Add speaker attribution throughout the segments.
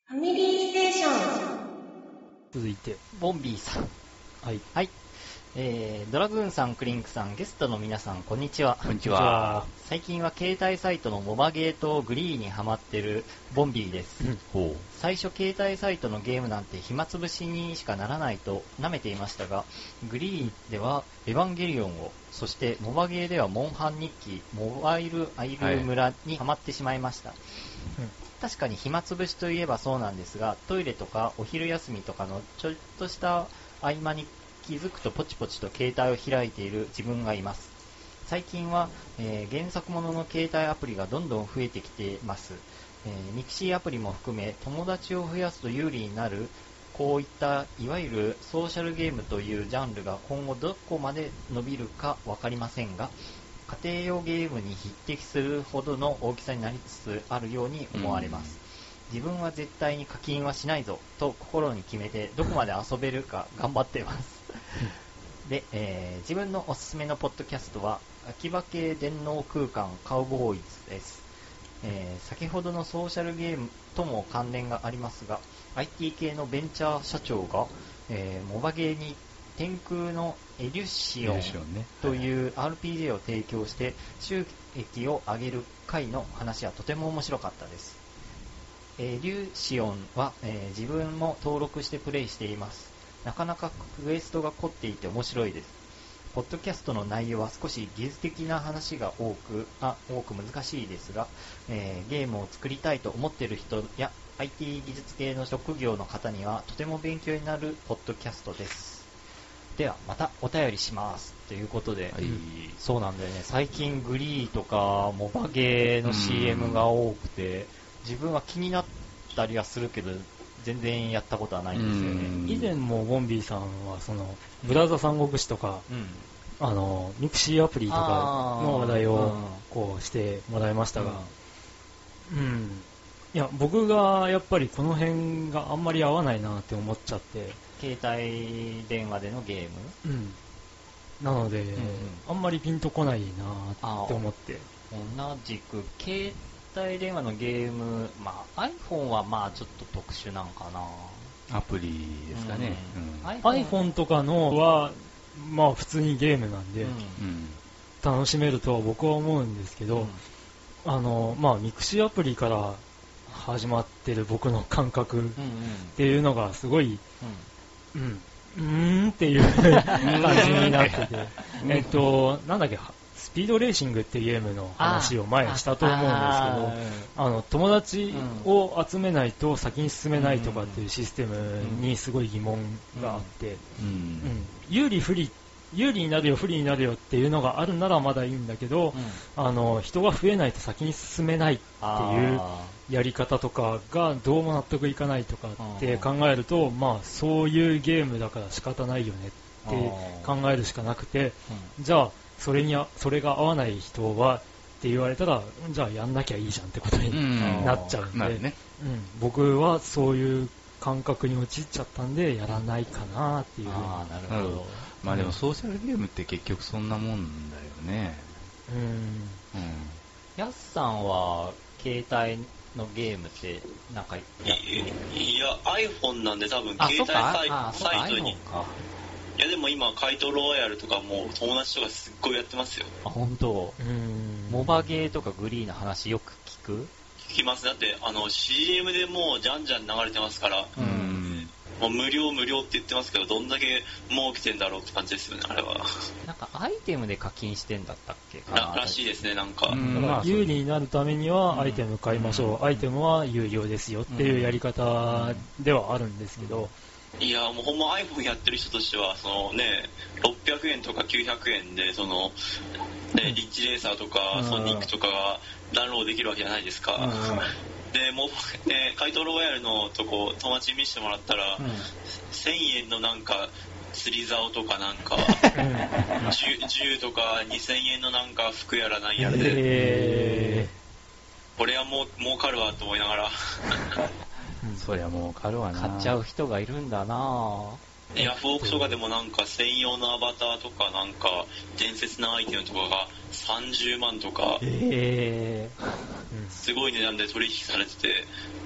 Speaker 1: ファミリーステーション。
Speaker 2: 続いて
Speaker 3: ボンビーさん。はい。ドラグーンさん、クリンクさん、ゲストの皆さん、こんにちは。
Speaker 2: こんにちは。
Speaker 3: 最近は携帯サイトのモバゲーとグリーにハマってるボンビーです。最初携帯サイトのゲームなんて暇つぶしにしかならないと舐めていましたが、グリーではエヴァンゲリオンを、そしてモバゲーではモンハン日記、モバイルアイル村にハマってしまいました。確かに暇つぶしといえばそうなんですが、トイレとかお昼休みとかのちょっとした合間に気づくとポチポチと携帯を開いている自分がいます。最近は、原作ものの携帯アプリがどんどん増えてきています。ミクシーアプリも含め友達を増やすと有利になるこういったいわゆるソーシャルゲームというジャンルが今後どこまで伸びるか分かりませんが、家庭用ゲームに匹敵するほどの大きさになりつつあるように思われます。自分は絶対に課金はしないぞと心に決めてどこまで遊べるか頑張っています。で、自分のおすすめのポッドキャストは秋葉系電脳空間カウボーイズです。先ほどのソーシャルゲームとも関連がありますが、 IT 系のベンチャー社長が、モバゲーに天空のエリュシオンという RPG を提供して収益を上げる回の話はとても面白かったです。エリュシオンは、自分も登録してプレイしています。なかなかクエストが凝っていて面白いです。ポッドキャストの内容は少し技術的な話が多く難しいですが、ゲームを作りたいと思っている人や IT 技術系の職業の方にはとても勉強になるポッドキャストです。ではまたお便りしますということで、そうなんだよね。最近グリーとかモバゲーの CM が多くて、自分は気になったりはするけど全然やったことはないんですよね。
Speaker 2: 以前もボンビーさんはそのブラザー三国志とか、ミクシーアプリとかの話題をこうしてもらいましたが、いや僕がやっぱりこの辺があんまり合わないなって思っちゃって、
Speaker 3: 携帯電話でのゲーム、
Speaker 2: なので、あんまりピンとこないなって思って。
Speaker 3: 同じく携帯電話のゲーム、iPhone はちょっと特殊なんかな。
Speaker 4: アプリですかね。
Speaker 2: iPhone とかのは普通にゲームなんで、楽しめるとは僕は思うんですけど、ミクシーアプリから始まってる僕の感覚っていうのがすごい、っていう感じになってて、なんだっけ、スピードレーシングっていうゲームの話を前にしたと思うんですけど、友達を集めないと先に進めないとかっていうシステムにすごい疑問があって、有利になるよ不利になるよっていうのがあるならまだいいんだけど、人が増えないと先に進めないっていうやり方とかがどうも納得いかないとかって考えると、そういうゲームだから仕方ないよねって考えるしかなくて、じゃあそれが合わない人はって言われたら、じゃあやんなきゃいいじゃんってことになっちゃうんで、僕はそういう感覚に陥っちゃったんでやらないかなっていうふうに。
Speaker 3: なるほど。
Speaker 4: でもソーシャルゲームって結局そんなもんだよね。
Speaker 3: ヤスさんは携帯のゲームってなんかやってる？
Speaker 5: いや iPhone なんで多分携帯サイトに。いやでも今怪盗ロワイヤルとかも友達とかすっごいやってますよ。
Speaker 3: 本当。モバゲーとかグリーの話よく聞
Speaker 5: きます。だってCM でもうじゃんじゃん流れてますから、もう無料って言ってますけど、どんだけ儲けてんだろうって感じですよね、あれは。
Speaker 3: なんかアイテムで課金してんだったっけ
Speaker 5: らしいですね、なんか。
Speaker 2: 有利になるためにはアイテム買いましょう、アイテムは有料ですよっていうやり方ではあるんですけど、
Speaker 5: いやもうほんま iPhone やってる人としては600円とか900円でリッチレーサーとかソニックとかがダウンロードできるわけじゃないですか。でもう怪盗ロワイヤルのとこ友達に見せてもらったら、1000円のなんか釣り竿とかなんか銃とか2000円のなんか服やらなんやらで、これはもう儲かるわと思いながら
Speaker 4: そりゃ儲かるわな。
Speaker 3: 買っちゃう人がいるんだな。
Speaker 5: ヤフオクとかでもなんか専用のアバターとかなんか伝説のアイテムとかが30万とか、すごい値段で取引されてて、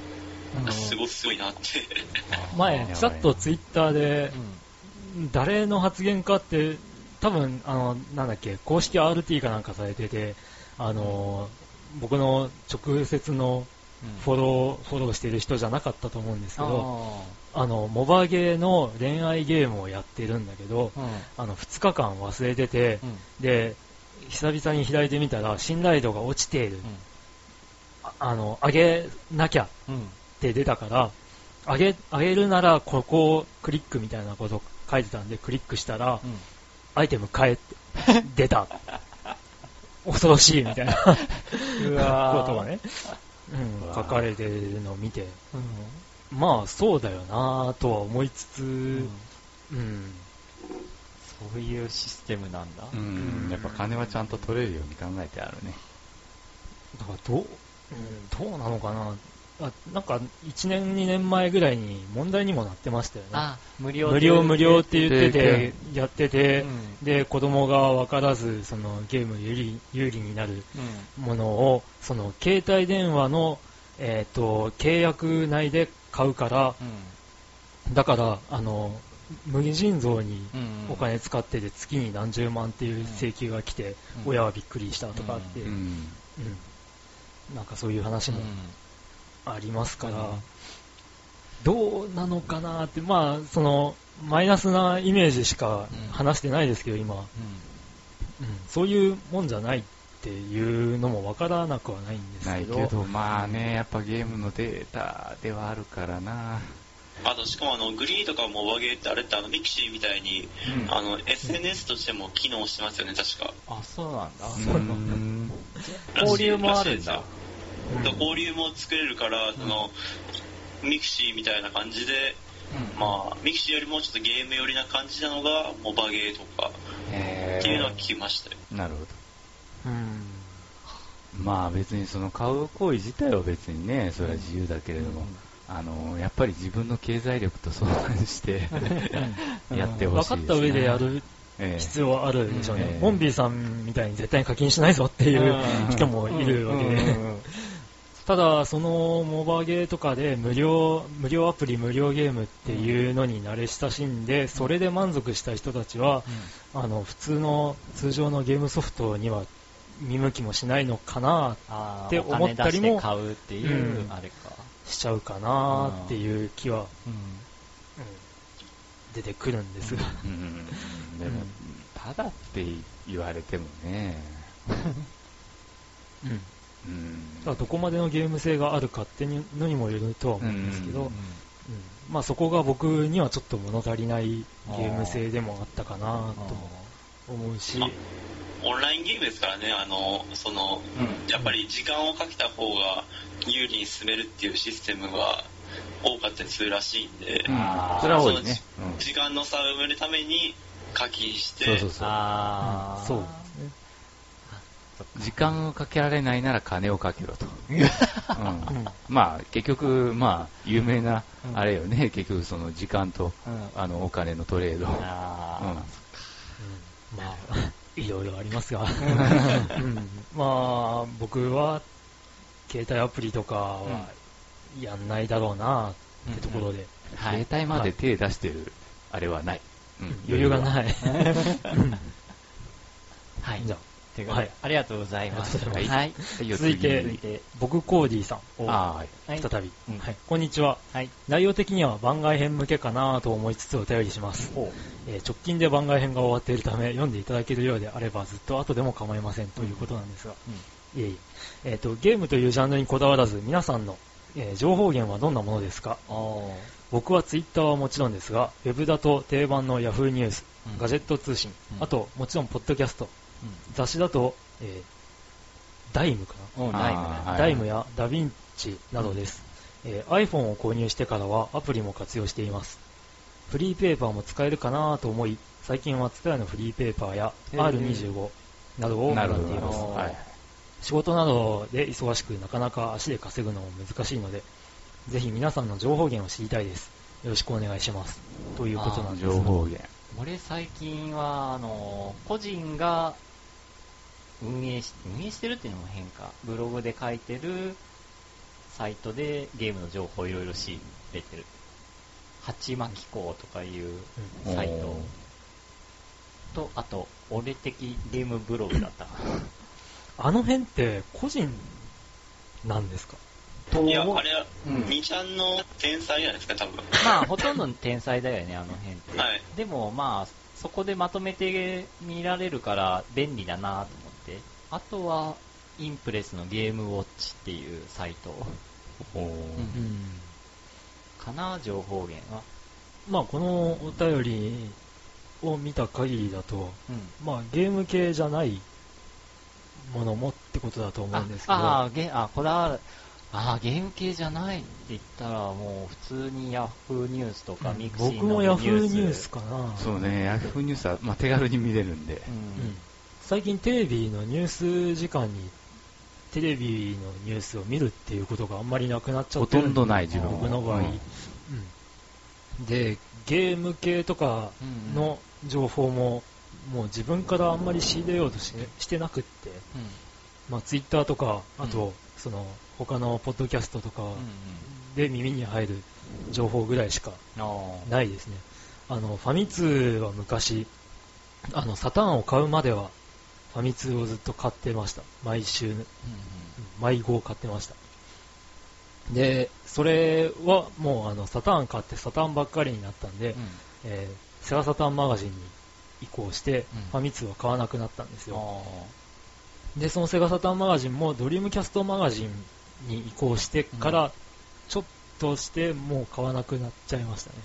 Speaker 5: すごいなって
Speaker 2: 前ちらっとツイッターで、誰の発言かって多分なんだっけ、公式 RT かなんかされてて、僕の直接のフォローしている人じゃなかったと思うんですけど、モバゲーの恋愛ゲームをやってるんだけど、2日間忘れてて、で久々に開いてみたら信頼度が落ちている、上げなきゃって出たから、上げるならここをクリックみたいなこと書いてたんで、クリックしたら、アイテム変えて出た恐ろしいみたいなことがね、書かれてるのを見て、まあそうだよなとは思いつつ、
Speaker 3: そういうシステムなんだ。
Speaker 4: やっぱ金はちゃんと取れるように考えてあるね。
Speaker 2: だからどうなのかな。なんか1年2年前ぐらいに問題にもなってましたよね。無料って言っててやってて、で子供が分からずそのゲーム有利になるものをその携帯電話の契約内で買うから、だから無尽蔵にお金使ってて月に何十万っていう請求が来て、親はびっくりしたとかって、なんかそういう話もありますから、どうなのかなって、まあそのマイナスなイメージしか話してないですけど今、そういうもんじゃないっていうのもわからなくはないんですけど、
Speaker 4: ないけどまあね、やっぱゲームのデータではあるからな。
Speaker 5: あとしかもグリーとかモバゲーってあれってミクシーみたいに、SNS としても機能してますよね、確か。
Speaker 3: あ、そうなんだ。交流もあるんだ。
Speaker 5: 交流も作れるから、そのミクシーみたいな感じで、まあミクシーよりもちょっとゲーム寄りな感じなのがモバゲーとかっていうのは聞きましたよ。
Speaker 4: なるほど。まあ別にその買う行為自体は別にね、それは自由だけれども、やっぱり自分の経済力と相談してやってほしいですね。
Speaker 2: 分かった上でやる必要はあるでしょうね。モンビーさんみたいに絶対に課金しないぞっていう人もいるわけで、ただそのモバゲーとかで無料アプリ無料ゲームっていうのに慣れ親しんで、それで満足した人たちは、普通の通常のゲームソフトには見向きもしないのかなって思ったりも
Speaker 3: 買うっていうあれか
Speaker 2: しちゃうかなっていう気は出てくるんですが、
Speaker 4: でもただって言われてもね、
Speaker 2: どこまでのゲーム性があるかっていうのにもよるとは思うんですけど、まあそこが僕にはちょっと物足りないゲーム性でもあったかなと思うし、
Speaker 5: オンラインゲームですからね、やっぱり時間をかけた方が有利に進めるっていうシステムが多かったりするらしいんで、
Speaker 4: それは多いね。
Speaker 5: 時間の差を埋めるために課金して、
Speaker 2: そう
Speaker 4: 時間をかけられないなら金をかけろと。まあ結局まあ有名なあれよね、結局その時間とお金のトレード。
Speaker 2: まあいろいろありますが、まあ僕は携帯アプリとかはやんないだろうなってところで、
Speaker 4: 携帯まで手出してるあれはない、
Speaker 2: 余裕がない。
Speaker 3: はい、
Speaker 2: じゃ
Speaker 3: あありがとうございます。
Speaker 2: 続いて僕コーディさんを再び、こんにちは。内容的には番外編向けかなと思いつつお便りします。直近で番外編が終わっているため読んでいただけるようであればずっと後でも構いませんということなんですが、ゲームというジャンルにこだわらず皆さんの、情報源はどんなものですか？僕はツイッターはもちろんですが、ウェブだと定番のヤフーニュース、ガジェット通信、あともちろんポッドキャスト、雑誌だと、ダイムかな、ダイムやダヴィンチなどです。iPhone を購入してからはアプリも活用しています。フリーペーパーも使えるかなと思い、最近はTSUTAYAのフリーペーパーや R25 などを学んでいます。仕事などで忙しくなかなか足で稼ぐのも難しいので、ぜひ皆さんの情報源を知りたいです。よろしくお願いします。ということなんですが、
Speaker 4: 情報源。
Speaker 3: 俺最近は個人が運営してるっていうのも変か、ブログで書いてるサイトでゲームの情報をいろいろ仕入れてる。八巻港とかいうサイトと、あと、俺的ゲームブログだったかな。
Speaker 2: あの辺って個人なんですか？
Speaker 5: いや、あれは、2ちゃんの天才じゃないですか、多分。
Speaker 3: まあ、ほとんどの天才だよね、あの辺って。
Speaker 5: はい。
Speaker 3: でも、まあ、そこでまとめて見られるから便利だなと思って。あとは、インプレスのゲームウォッチっていうサイト。かな、情報源は。
Speaker 2: まあ、このお便りを見た限りだと、まあ、ゲーム系じゃないものもってことだと思うんですけど。
Speaker 3: これは、ゲーム系じゃないって言ったら、もう普通にヤフーニュースとかミクシーのニュース。
Speaker 2: 僕もヤフーニュースかな。
Speaker 4: そうね、ヤフーニュースは、まあ、手軽に見れるんで。
Speaker 2: 最近テレビのニュース時間にテレビのニュースを見るっていうことがあんまりなくなっちゃってる。
Speaker 4: ほとんどない、自分
Speaker 2: 僕の場合。で、ゲーム系とかの情報も、もう自分からあんまり仕入れようとしてなくって、まあ、ツイッターとか、あと、その他のポッドキャストとかで耳に入る情報ぐらいしかないですね。ファミ通は昔、サターンを買うまではファミ通をずっと買ってました。毎週、毎号買ってました。で、それはもうサターン買ってサターンばっかりになったんで、セガサターンマガジンに移行して、ファミ通は買わなくなったんですよ。で、そのセガサターンマガジンもドリームキャストマガジンに移行してから、ちょっとしてもう買わなくなっちゃいましたね。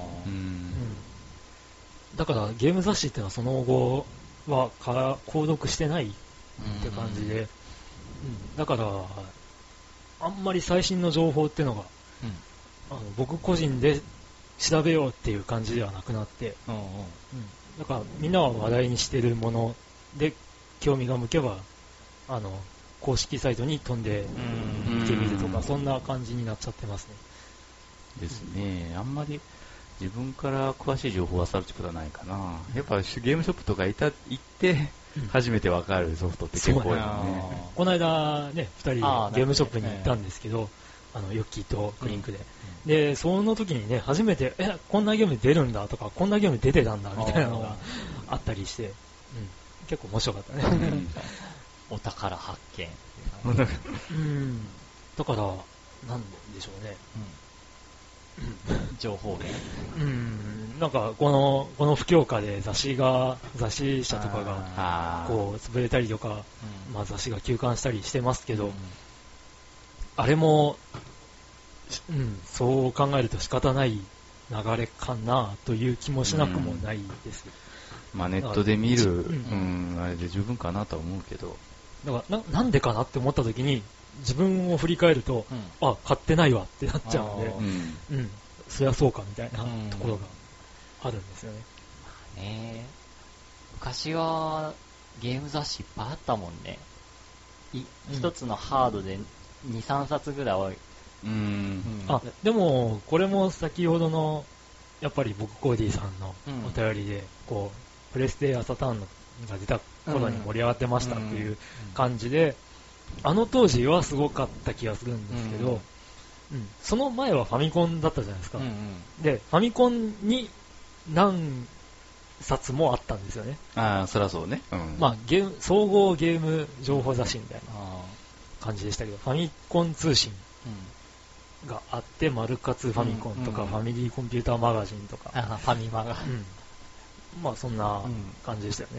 Speaker 2: だからゲーム雑誌ってのはその後は購読してないって感じで、だからあんまり最新の情報ってのが、僕個人で調べようっていう感じではなくなって、だからみんなは話題にしてるもので興味が向けば公式サイトに飛んで見てみるとか、そんな感じになっちゃってますね。
Speaker 4: ですね。あんまり自分から詳しい情報を漁るってことはないかな。やっぱゲームショップとか行って初めてわかるソフトって結構多いよね。
Speaker 2: この間ね、2人でゲームショップに行ったんですけど、ヨッキーとクリンクで。で、その時にね、初めて、こんなゲーム出るんだとか、こんなゲーム出てたんだみたいなのがあったりして、結構面白かったね。
Speaker 3: お宝発見。
Speaker 2: だから、なんでしょうね。
Speaker 3: 情報源。
Speaker 2: なんかこの不況下で雑誌社とかがこう潰れたりとか、まあ雑誌が休刊したりしてますけど、あれも、そう考えると仕方ない流れかなという気もしなくもないです。
Speaker 4: まあネットで見る、あれで十分かなとは思うけど。
Speaker 2: だからなんでかなって思った時に自分を振り返ると、買ってないわってなっちゃうので、そりゃそうかみたいなところがあるんですよね。
Speaker 3: 昔はゲーム雑誌いっぱいあったもんね。一つのハードで2、3冊ぐらい多い。
Speaker 2: でもこれも先ほどのやっぱり僕コーディさんのお便りで、こうプレステやサターンが出た頃に盛り上がってましたっていう感じで、当時はすごかった気がするんですけど、その前はファミコンだったじゃないですか。で、ファミコンに何冊もあったんですよね。
Speaker 4: そりゃそうね。
Speaker 2: まあ総合ゲーム情報雑誌みたいな感じでしたけど、ファミコン通信があって、マルカツファミコンとか、ファミリーコンピューターマガジンとか、
Speaker 3: ファミマが、
Speaker 2: まあそんな感じでしたよね。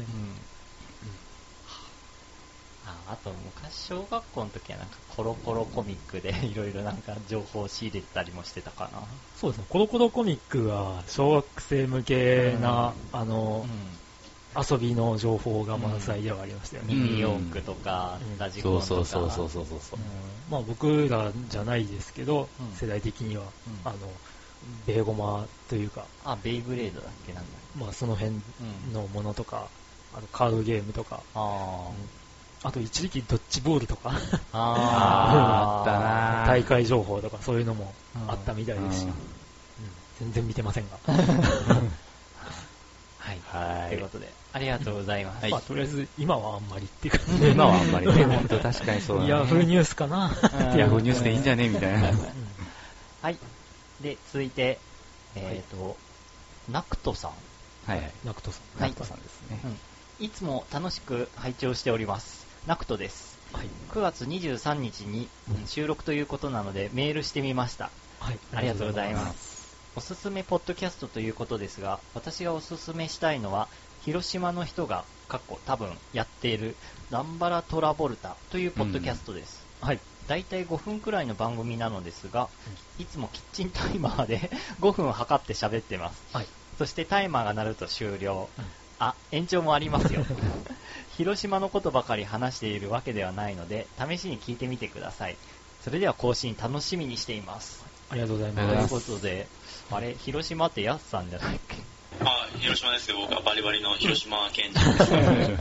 Speaker 3: あと昔小学校の時はなんかコロコロコミックでいろいろなんか情報を仕入れたりもしてたかな。
Speaker 2: そうですね。コロコロコミックは小学生向けな、遊びの情報が満載ではありましたよね。
Speaker 3: ミニ四駆とか、ラジコンとか。
Speaker 4: そう。
Speaker 2: まあ僕らじゃないですけど、世代的には、ベーゴマというか。
Speaker 3: ベイブレードだっけなんだ。
Speaker 2: まあその辺のものとか、カードゲームとか。あと一時期ドッジボールとか
Speaker 4: あったな、
Speaker 2: 大会情報とかそういうのもあったみたいですし、全然見てませんが
Speaker 3: ということで、ありがとうございます。
Speaker 2: まあ、とりあえず、今はあんまりっていうか、
Speaker 4: 今はあんまりね、本当確かにそうだね。
Speaker 2: ヤフーニュースかな。
Speaker 4: ヤフーニュースでいいんじゃねみたいな。
Speaker 3: はい。で、続いて、ナクトさん。
Speaker 4: はいはい。
Speaker 2: ナクトさん。
Speaker 3: ナ
Speaker 4: クトさんですね。
Speaker 3: いつも楽しく拝聴しております。ナクトです。はい。9月23日に収録ということなので、メールしてみました。はい。ありがとうございます。おすすめポッドキャストということですが、私がおすすめしたいのは、広島の人が多分やっているダンバラトラボルタというポッドキャストです。はい。だいたい5分くらいの番組なのですが、いつもキッチンタイマーで5分測って喋ってます。はい。そしてタイマーが鳴ると終了。延長もありますよ。広島のことばかり話しているわけではないので、試しに聞いてみてください。それでは更新楽しみにしています。
Speaker 2: ありがとうございます。
Speaker 3: ということで、あれ、広島ってヤスさんじゃないっけ？
Speaker 5: 広島ですよ。僕はバリバリの広島県人です。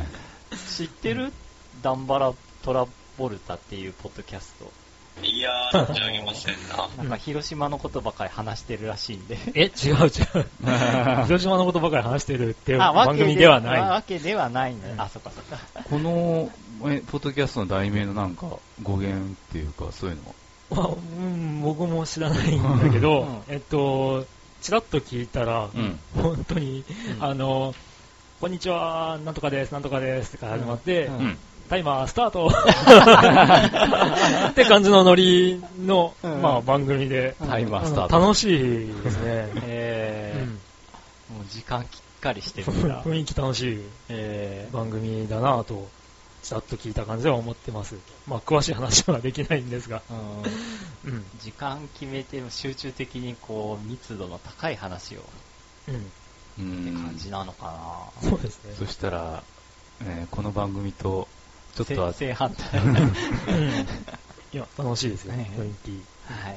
Speaker 3: 知ってる？ダンバラトラボルタっていうポッドキャスト。
Speaker 5: いやー、存じ上げませんな。
Speaker 3: なんか広島のことばかり話してるらしいんで。
Speaker 2: 違う。広島のことばかり話してるっていう番組ではない。
Speaker 3: わけではないの。そっかそっか。
Speaker 4: この、ポッドキャストの題名のなんか語源っていうか、そういうのは
Speaker 2: 僕も知らないんだけど、ちらっと聞いたら、本当に、こんにちは、なんとかです、なんとかですって始まって、タイマースタートって感じのノリの、番組で、
Speaker 4: タイマースタート。
Speaker 2: 楽しいですね。
Speaker 3: もう時間きっかりしてる
Speaker 2: 雰囲気楽しい番組だなぁと、ちらっと聞いた感じでは思ってます。詳しい話はできないんですが。
Speaker 3: 時間決めて集中的に密度の高い話を、って感じなのか
Speaker 2: な。そうですね。
Speaker 4: そしたら、この番組と、ちょっと
Speaker 3: 正反対。
Speaker 2: いや、楽しいですよね。雰囲気。はい。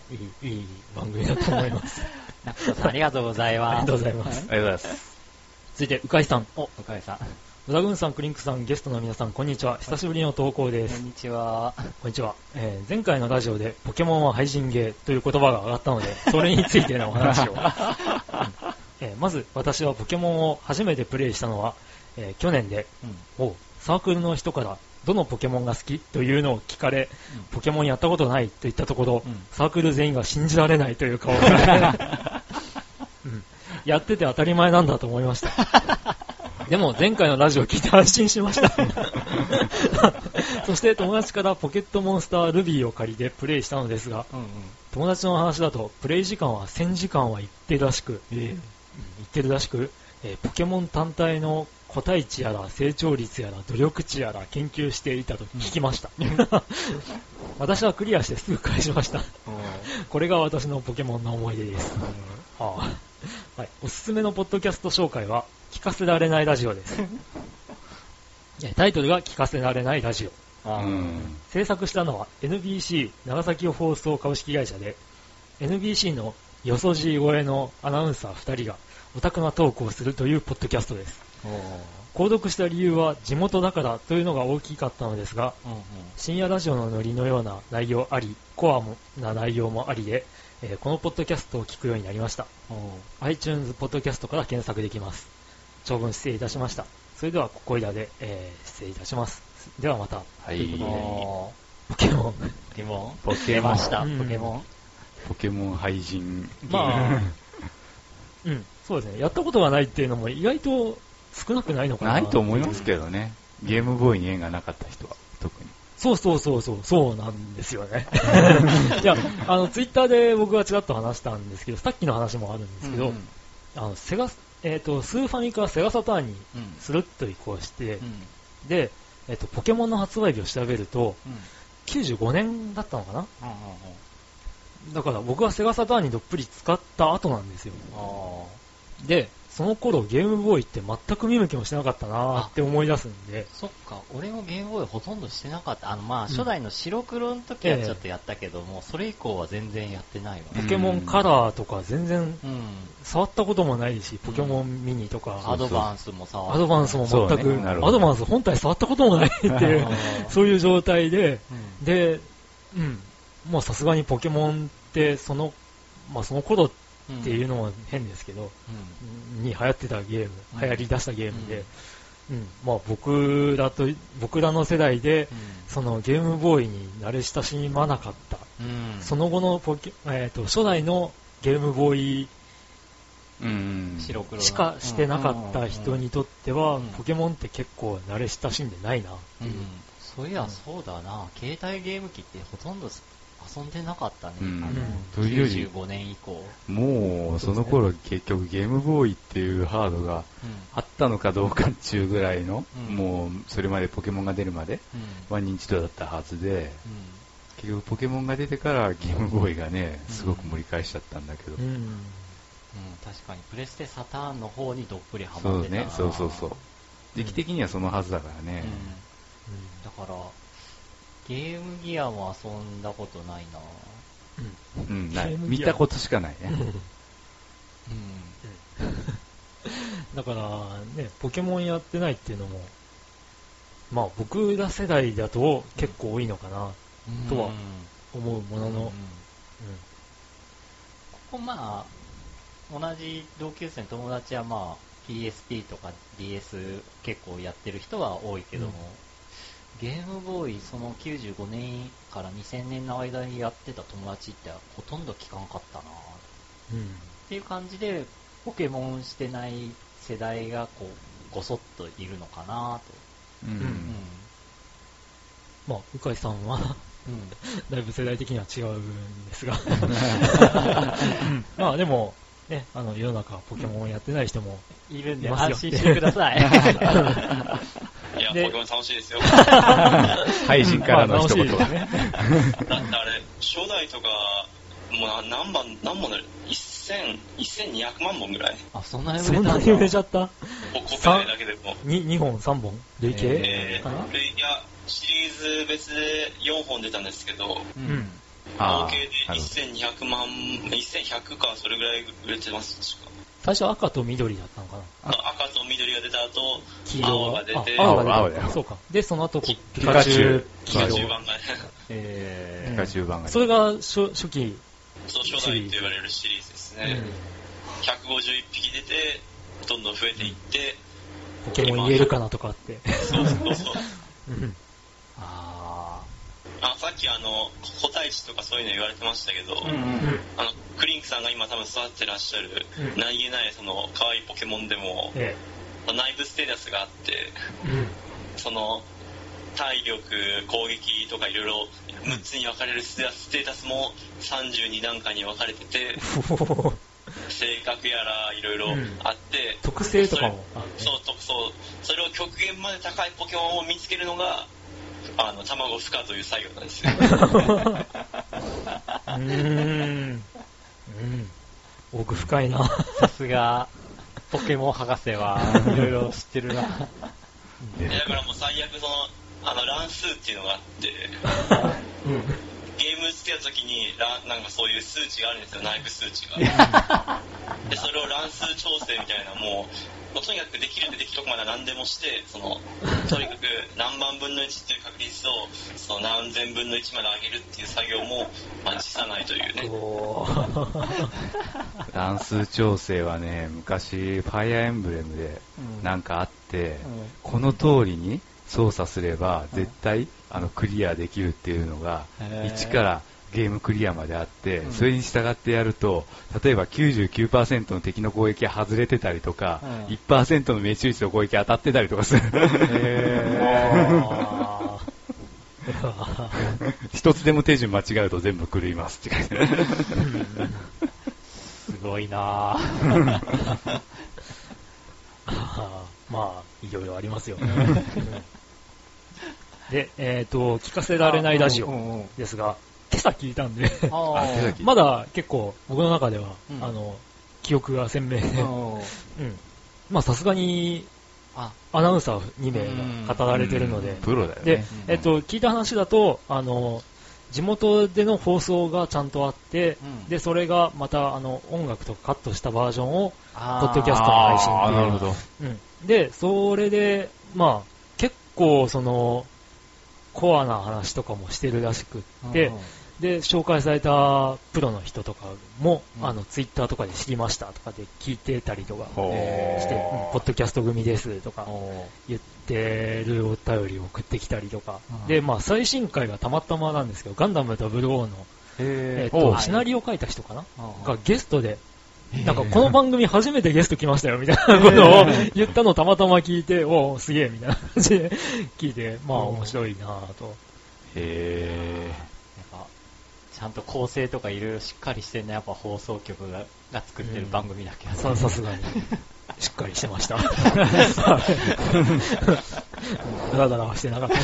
Speaker 2: いい番組だと思います。
Speaker 3: ありがとうございます。
Speaker 2: ありがとうございます。
Speaker 4: ありがとうございます。
Speaker 2: 続いて、うかいさん。
Speaker 3: うかいさん。
Speaker 2: 野田軍さん、クリンクさん、ゲストの皆さん、こんにちは。久しぶりの投稿です。
Speaker 3: こんにちは。
Speaker 2: こんにちは。前回のラジオで、ポケモンは廃人ゲーという言葉が上がったので、それについてのお話を。まず、私はポケモンを初めてプレイしたのは、去年で、サークルの人から、どのポケモンが好きというのを聞かれ、ポケモンやったことないと言ったところ、サークル全員が信じられないという顔をやってて当たり前なんだと思いました。でも前回のラジオを聞いて安心しました。そして友達からポケットモンスタールビーを借りてプレイしたのですが、友達の話だとプレイ時間は1000時間は言ってるらしく、ポケモン単体の個体値やら成長率やら努力値やら研究していたと聞きました。私はクリアしてすぐ返しました。これが私のポケモンの思い出です。はい、おすすめのポッドキャスト紹介は聞かせられないラジオです。タイトルが聞かせられないラジオ。制作したのは NBC 長崎放送株式会社で NBC のよそじ声のアナウンサー2人がオタクなトークをするというポッドキャストです。購読した理由は地元だからというのが大きかったのですが、深夜ラジオのノリのような内容あり、コアな内容もありで、このポッドキャストを聞くようになりました。iTunes ポッドキャストから検索できます。長文失礼いたしました。それではここいらで、失礼いたします。ではまた。
Speaker 4: はい。
Speaker 2: ポケモン。
Speaker 3: 出ました。
Speaker 4: ポケモン廃人。
Speaker 2: そうですね。やったことがないっていうのも意外と少なくないのかな。
Speaker 4: ないと思いますけどね。ゲームボーイに縁がなかった人は特に。
Speaker 2: そうなんですよね。いや、ツイッターで僕はちらっと話したんですけど、さっきの話もあるんですけど、セガ、スーファミからセガサターンにスルッと移行して、で、ポケモンの発売日を調べると、95年だったのかな、だから僕はセガサターンにどっぷり使った後なんですよ。で、その頃ゲームボーイって全く見向きもしてなかったなって思い出すんで。
Speaker 3: そっか、俺もゲームボーイほとんどしてなかった。初代の白黒の時はちょっとやったけども、それ以降は全然やってないわ。
Speaker 2: ポケモンカラーとか全然触ったこともないし、ポケモンミニとか。
Speaker 3: アドバンスもさ、
Speaker 2: アドバンスも全く、アドバンス本体触ったこともないっていう、そういう状態で、で、もうさすがにポケモンってその頃っっていうのも変ですけど、に流行ってたゲーム、流行り出したゲームで、まあ僕らの世代で、そのゲームボーイに慣れ親しまなかった、その後の初代のゲームボーイ
Speaker 3: 白黒
Speaker 2: しかしてなかった人にとっては、ポケモンって結構慣れ親しんでないなっていう。
Speaker 3: そういや、そうだな。携帯ゲーム機ってほとんど遊んでなかったね。95年以降。
Speaker 4: もう、その頃結局ゲームボーイっていうハードがあったのかどうかっていうぐらいの、もう、それまでポケモンが出るまでは認知度だったはずで、結局ポケモンが出てからゲームボーイがね、すごく盛り返しちゃったんだけど。
Speaker 3: 確かにプレステサターンの方にどっぷりハマってたな。
Speaker 4: そう。時期的にはそのはずだからね。
Speaker 3: だからゲームギアも遊んだことないな。
Speaker 4: ない。見たことしかないね。
Speaker 2: だからね、ポケモンやってないっていうのも、まあ僕ら世代だと結構多いのかなとは思うものの、
Speaker 3: ここまあ同じ同級生の友達はまあ PSP とか DS 結構やってる人は多いけども、ゲームボーイその95年から2000年の間にやってた友達ってほとんど聞かんかったな、っていう感じでポケモンしてない世代がこうごそっといるのかなと。
Speaker 2: まあ鵜飼さんはだいぶ世代的には違うんですがまあでもね、世の中ポケモンやってない人も
Speaker 3: いるんで安心してください。
Speaker 5: いや、ポケモン楽しいですよ。
Speaker 4: 配信からの一言はね。
Speaker 5: だってあれ、初代とか、もう何本だろ、1200万本ぐらい。
Speaker 3: あ、そんなに
Speaker 2: 売れちゃった？
Speaker 5: 国内だけでも。
Speaker 2: 2本、3本累計かな？
Speaker 5: いや、シリーズ別で4本出たんですけど、合計で1200万、1100か、それぐらい売れてます、確か。
Speaker 2: 最初赤と緑だったのかな？
Speaker 5: 赤と緑が出た後、
Speaker 2: 黄色
Speaker 5: 青が出て、
Speaker 2: 青が出た。そうか。で、その後、ピカチュウ、
Speaker 5: ピカチュウ版が
Speaker 4: ピカチュウ版が。
Speaker 2: それが初期。
Speaker 5: そう、初代と言われるシリーズですね。151匹出て、どんどん増えていって、
Speaker 2: ポケモン言えるかなとかあって。
Speaker 5: そう。さっき個体値とかそういうの言われてましたけど、クリンクさんが今多分育ってらっしゃる、何気ないその可愛いポケモンでも、内部ステータスがあって、その体力、攻撃とかいろいろ6つに分かれるステータスも32段階に分かれてて、性格やらいろいろあって、
Speaker 2: 特性とかも
Speaker 5: それを極限まで高いポケモンを見つけるのが卵孵化という作業なんですよ。
Speaker 2: 奥深いな。
Speaker 3: さすがポケモン博士はいろいろ知ってるな。だ
Speaker 5: からもう最悪乱数っていうのがあって、ゲームつけた時になんかそういう数値があるんですよ、内部数値が。でそれを乱数調整みたいな、もうとにかくできるとこまで何でもして、とにかく何万分の1っていう確率を何千分の1まで上げるっていう作業も辞さないというね。
Speaker 4: 乱数調整はね、昔ファイアーエンブレムでなんかあって、この通りに操作すれば絶対クリアできるっていうのが1からゲームクリアまであって、それに従ってやると、例えば 99% の敵の攻撃が外れてたりとか、1% の命中率の攻撃が当たってたりとかする。一つでも手順間違うと全部狂いますって書いてある。
Speaker 3: すごいなぁ。
Speaker 2: まあ、いろいろありますよね。で、聞かせられないラジオですが、今朝聞いたんでまだ結構僕の中では、記憶が鮮明で、まあさすがにアナウンサー2名が語られてるので、
Speaker 4: プロだよね。
Speaker 2: で、聞いた話だと、地元での放送がちゃんとあって、で、それがまた音楽とかカットしたバージョンをポッドキャストに配信っていう。
Speaker 4: なるほど。
Speaker 2: で、それで、まあ結構コアな話とかもしてるらしくって、 で、紹介されたプロの人とかも、ツイッターとかで知りましたとかで聞いてたりとかして、ポッドキャスト組ですとか言ってるお便りを送ってきたりとか、で、まあ、最新回がたまたまなんですけど、ガンダム00の、シナリオ書いた人かながゲストで、なんかこの番組初めてゲスト来ましたよみたいなことを言ったのをたまたま聞いて、おーすげえみたいな感じで聞いて、まあ面白いなぁと。
Speaker 3: やっぱちゃんと構成とかいろいろしっかりしてんね、やっぱ放送局が作ってる番組だけど、
Speaker 2: さすがにしっかりしてました。だらだらはしてなかった。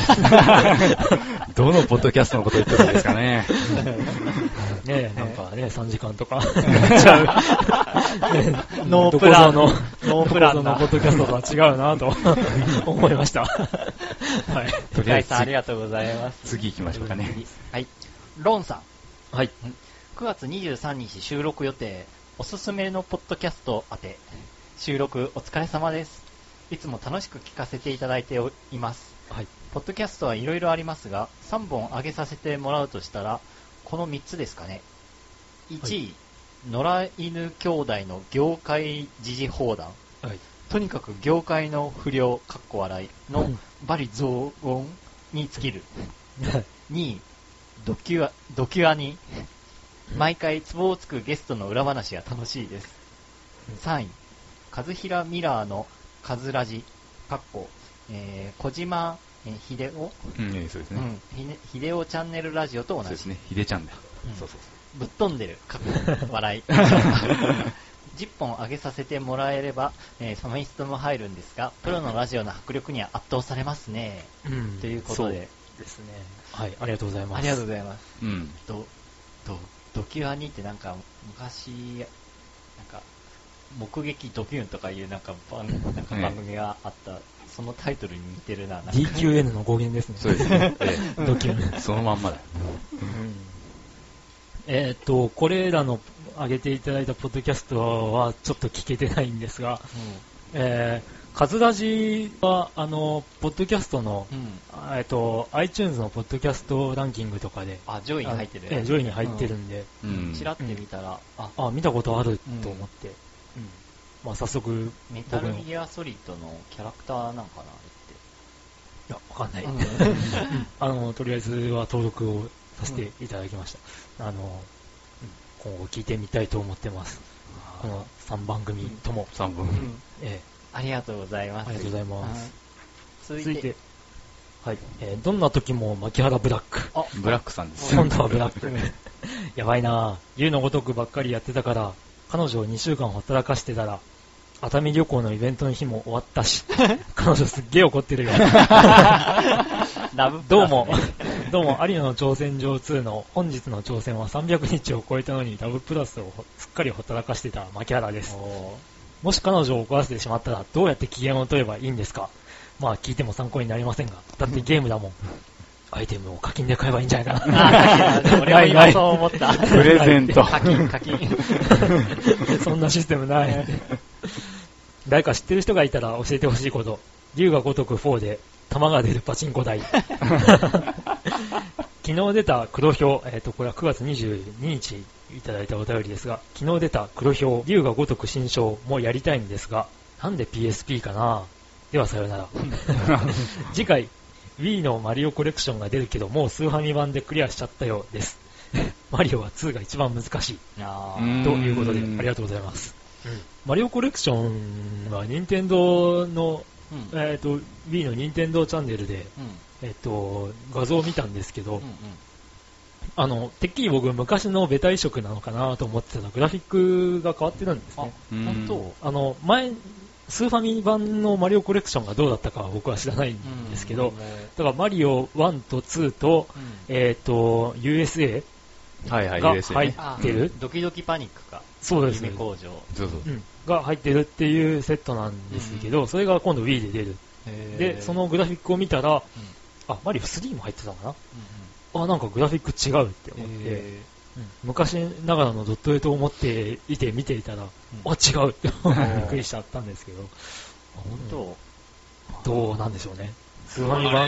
Speaker 4: どのポッドキャストのこと言ってるんですかね。
Speaker 2: ねえ、なんかね、3時間とかなっちゃう。
Speaker 3: ノープラン
Speaker 2: の
Speaker 3: ノープラン
Speaker 2: のポッドキャストとは違うなと思いました。はい。
Speaker 3: とりあえずありがとうございます。
Speaker 4: 次行きましょうかね。
Speaker 3: はい。ロンさん。
Speaker 2: はい。
Speaker 3: 9月23日収録予定、おすすめのポッドキャスト宛て、収録お疲れ様です。いつも楽しく聞かせていただいています。
Speaker 2: はい。
Speaker 3: ポッドキャストはいろいろありますが、3本上げさせてもらうとしたら、この3つですかね。1位、野良犬兄弟の業界時事放談。
Speaker 2: はい。
Speaker 3: とにかく業界の不良、かっこ笑いのバリ雑言に尽きる。2位、ドキュアニ。毎回ツボをつくゲストの裏話が楽しいです。3位、カズヒラミラーのカズラジ、かっこ、小島秀夫、
Speaker 4: そうですね。
Speaker 3: 秀夫チャンネルラジオと同じ。
Speaker 4: そうですね、秀ちゃんだ。そうそう
Speaker 3: ぶっ飛んでる、かっこ笑い。10本上げさせてもらえれば、ファミストも入るんですが、プロのラジオの迫力には圧倒されますね。ということで。
Speaker 2: ですね。はい、ありがとうございます。
Speaker 3: ありがとうございます。ドキュアニってなんか昔なんか目撃ドキュンとかいうなんか番組があった、そのタイトルに似てるな。
Speaker 2: DQN の語源ですね。
Speaker 4: そうですね。
Speaker 2: ドキュン。
Speaker 4: そのまんまだ。
Speaker 2: これらの上げていただいたポッドキャストはちょっと聞けてないんですが、カズラジはポッドキャストの、iTunes のポッドキャストランキングとかで
Speaker 3: 上位に入ってる。
Speaker 2: 上位に入ってるんで、
Speaker 3: チラって見たら、
Speaker 2: 見たことあると思って、まあ早速
Speaker 3: メタルギアソリッドのキャラクターなんかなって。
Speaker 2: いや、わかんない。とりあえずは登録をさせていただきました。今後聞いてみたいと思ってます。この3番組とも。
Speaker 4: 3本。
Speaker 3: ありがとうございます。
Speaker 2: ありがとうございます。
Speaker 3: 続いて、
Speaker 2: はい、どんな時も牧原ブラック。
Speaker 4: ブラックさんです。
Speaker 2: 今度はブラック。やばいなぁ。言うのごとくばっかりやってたから、彼女を2週間ほったらかしてたら、熱海旅行のイベントの日も終わったし、彼女すっげえ怒ってるよ。どうも、有野の挑戦状2の本日の挑戦は300日を超えたのにダブプラスをすっかりほったらかしてた牧原です。もし彼女を怒らせてしまったらどうやって機嫌を取ればいいんですか？まあ聞いても参考になりませんが、だってゲームだもん。アイテムを課金で買えばいいんじゃないかな。
Speaker 3: 俺も今そう思った。
Speaker 4: プレゼント。
Speaker 3: 課金。
Speaker 2: そんなシステムない。誰か知ってる人がいたら教えてほしいこと。龍が如く4で弾が出るパチンコ台。昨日出た黒ひょう、これは9月22日いただいたお便りですが、昨日出た黒ひょう、龍が如く新章もやりたいんですが、なんで PSP かな？ではさよなら。次回、Wii のマリオコレクションが出るけど、もうスーファミ版でクリアしちゃったようです。マリオは2が一番難しい。ということで、ありがとうございます。マリオコレクションは任天堂の、Wii の任天堂チャンネルで、画像を見たんですけど、てっきり僕昔のベタ移植なのかなと思ってたらグラフィックが変わってるんですね。
Speaker 3: 本当？
Speaker 2: 前スーファミ版のマリオコレクションがどうだったかは僕は知らないんですけど、だからマリオ1と2と、USA が入ってる、
Speaker 3: ドキドキパニックか。
Speaker 2: そうですね。
Speaker 3: 夢工場。
Speaker 2: が入ってるっていうセットなんですけど、それが今度 Wii で出る。で、そのグラフィックを見たら、マリオ3も入ってたのかな、なんかグラフィック違うって思って、昔ながらのドット絵と思っていて見ていたら、違うってびっくりしちゃったんですけど、
Speaker 3: 本当、
Speaker 2: どうなんでしょうね。スーファミ版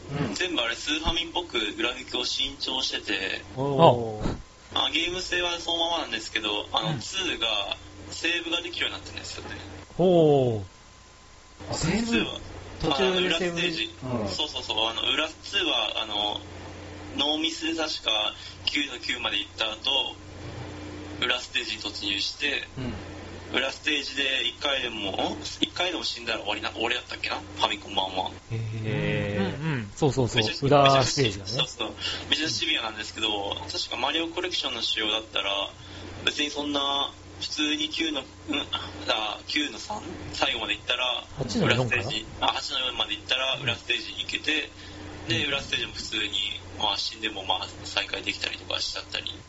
Speaker 5: 全部あれスーファミっぽくグラフィックを新調してて、ゲーム性はそのままなんですけど、2がセーブができるようになってるんですよね。
Speaker 2: ほ
Speaker 5: う。セーブは
Speaker 3: 途中で
Speaker 5: 裏ステージ、そう、裏2はノーミスで確か9の9まで行った後、裏ステージに突入して、裏ステージで1回でも死んだら終わりだったっけな、ファミコン版は。
Speaker 2: そう、裏ステージがね。
Speaker 5: そう、めちゃシビアなんですけど、確かマリオコレクションの仕様だったら、別にそんな、普通に9の3最後まで行ったら、
Speaker 2: 8の4かな
Speaker 5: 8の4まで行ったら、裏ステージに行けて、で、裏ステージも普通に、死んでも再開できたりとかしちゃったり。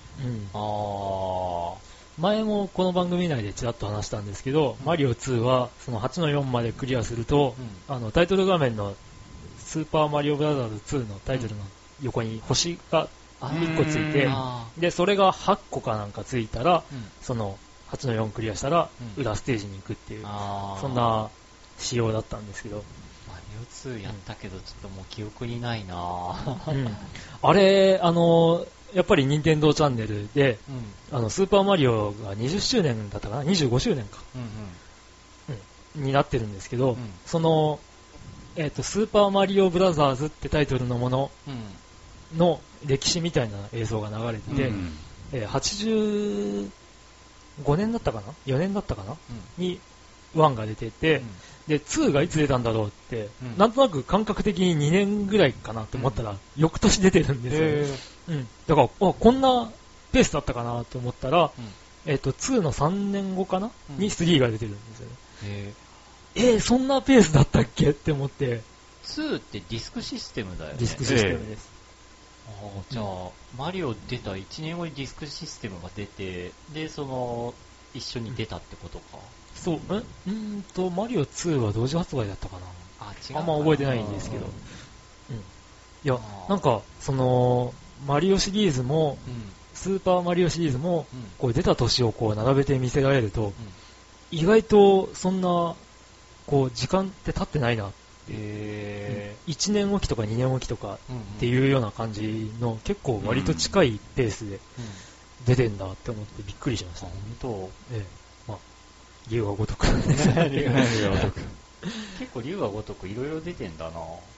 Speaker 2: 前もこの番組内でちらっと話したんですけど、マリオ2はその8の4までクリアすると、タイトル画面のスーパーマリオブラザーズ2のタイトルの横に星が1個ついて、で、それが8個かなんかついたら、その8の4クリアしたら、裏ステージに行くっていう、そんな仕様だったんですけど。
Speaker 3: マリオ2やったけど、ちょっともう記憶にないな
Speaker 2: あれ、やっぱり任天堂チャンネルで、スーパーマリオが20周年だったかな ?25 周年か、になってるんですけど、その、スーパーマリオブラザーズってタイトルのものの歴史みたいな映像が流れてて、85年だったかな ?4 年だったかな、に1が出てて、で、2がいつ出たんだろうって、なんとなく感覚的に2年ぐらいかなと思ったら、翌年出てるんですよね。だから、こんなペースだったかなと思ったら、2の3年後かな、に3が出てるんですよね。そんなペースだったっけって思って。
Speaker 3: 2ってディスクシステムだよね。
Speaker 2: ディスクシステムです。
Speaker 3: じゃあ、マリオ出た1年後にディスクシステムが出て、で、一緒に出たってことか。
Speaker 2: そう、マリオ2は同時発売だったかな。あんま覚えてないんですけど。いや、なんか、マリオシリーズも、スーパーマリオシリーズも、こう出た年をこう並べて見せられると、意外とそんな、こう時間って経ってないな。1年おきとか2年おきとかっていうような感じの、結構割と近いペースで出てんだって思ってびっくりしました。
Speaker 3: 本当。
Speaker 2: 竜が如くですね。
Speaker 3: 結構竜が如くいろいろ出てんだな。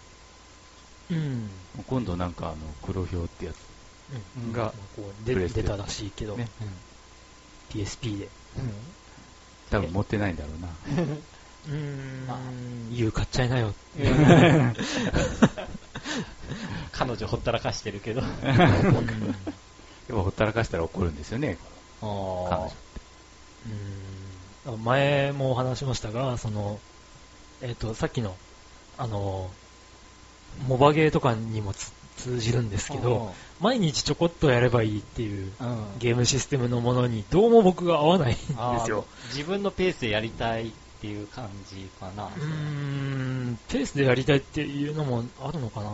Speaker 4: 今度なんか黒豹ってやつが
Speaker 2: 出たらしいけど、PSP で。
Speaker 4: 多分持ってないんだろうな。
Speaker 2: 竜買っちゃいなよ。
Speaker 3: 彼女ほったらかしてるけど。
Speaker 4: やっぱほったらかしたら怒るんですよね。彼女って。
Speaker 2: 前も話しましたが、さっきの、モバゲーとかにも通じるんですけど、毎日ちょこっとやればいいっていうゲームシステムのものにどうも僕が合わないんですよ。
Speaker 3: 自分のペースでやりたいっていう感じかな。
Speaker 2: ペースでやりたいっていうのもあるのかな。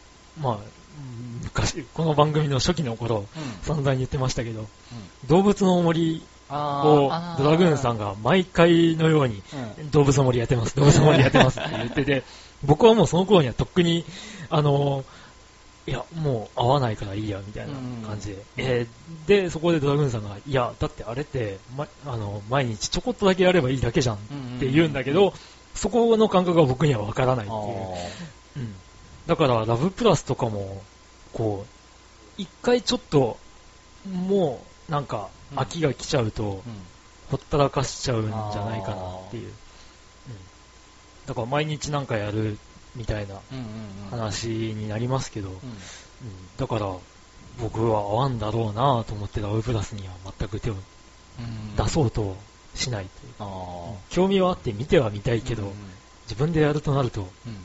Speaker 2: 昔、この番組の初期の頃、散々言ってましたけど、動物の森をドラグーンさんが毎回のように、動物の森やってます、動物の森やってますって言ってて、僕はもうその頃にはとっくに、いや、もう合わないからいいや、みたいな感じで。で、そこでドラグーンさんが、いや、だってあれって、毎日ちょこっとだけやればいいだけじゃんって言うんだけど、そこの感覚が僕にはわからないっていう。だから、ラブプラスとかも、こう、一回ちょっと、もう、なんか、飽きが来ちゃうと、ほったらかしちゃうんじゃないかなっていう。だから毎日なんかやるみたいな話になりますけど、だから僕は合わんだろうなと思ってラブプラスには全く手を出そうとしないという。興味はあって見てはみたいけど、自分でやるとなると、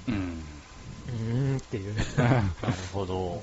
Speaker 2: っていう。
Speaker 3: なるほど。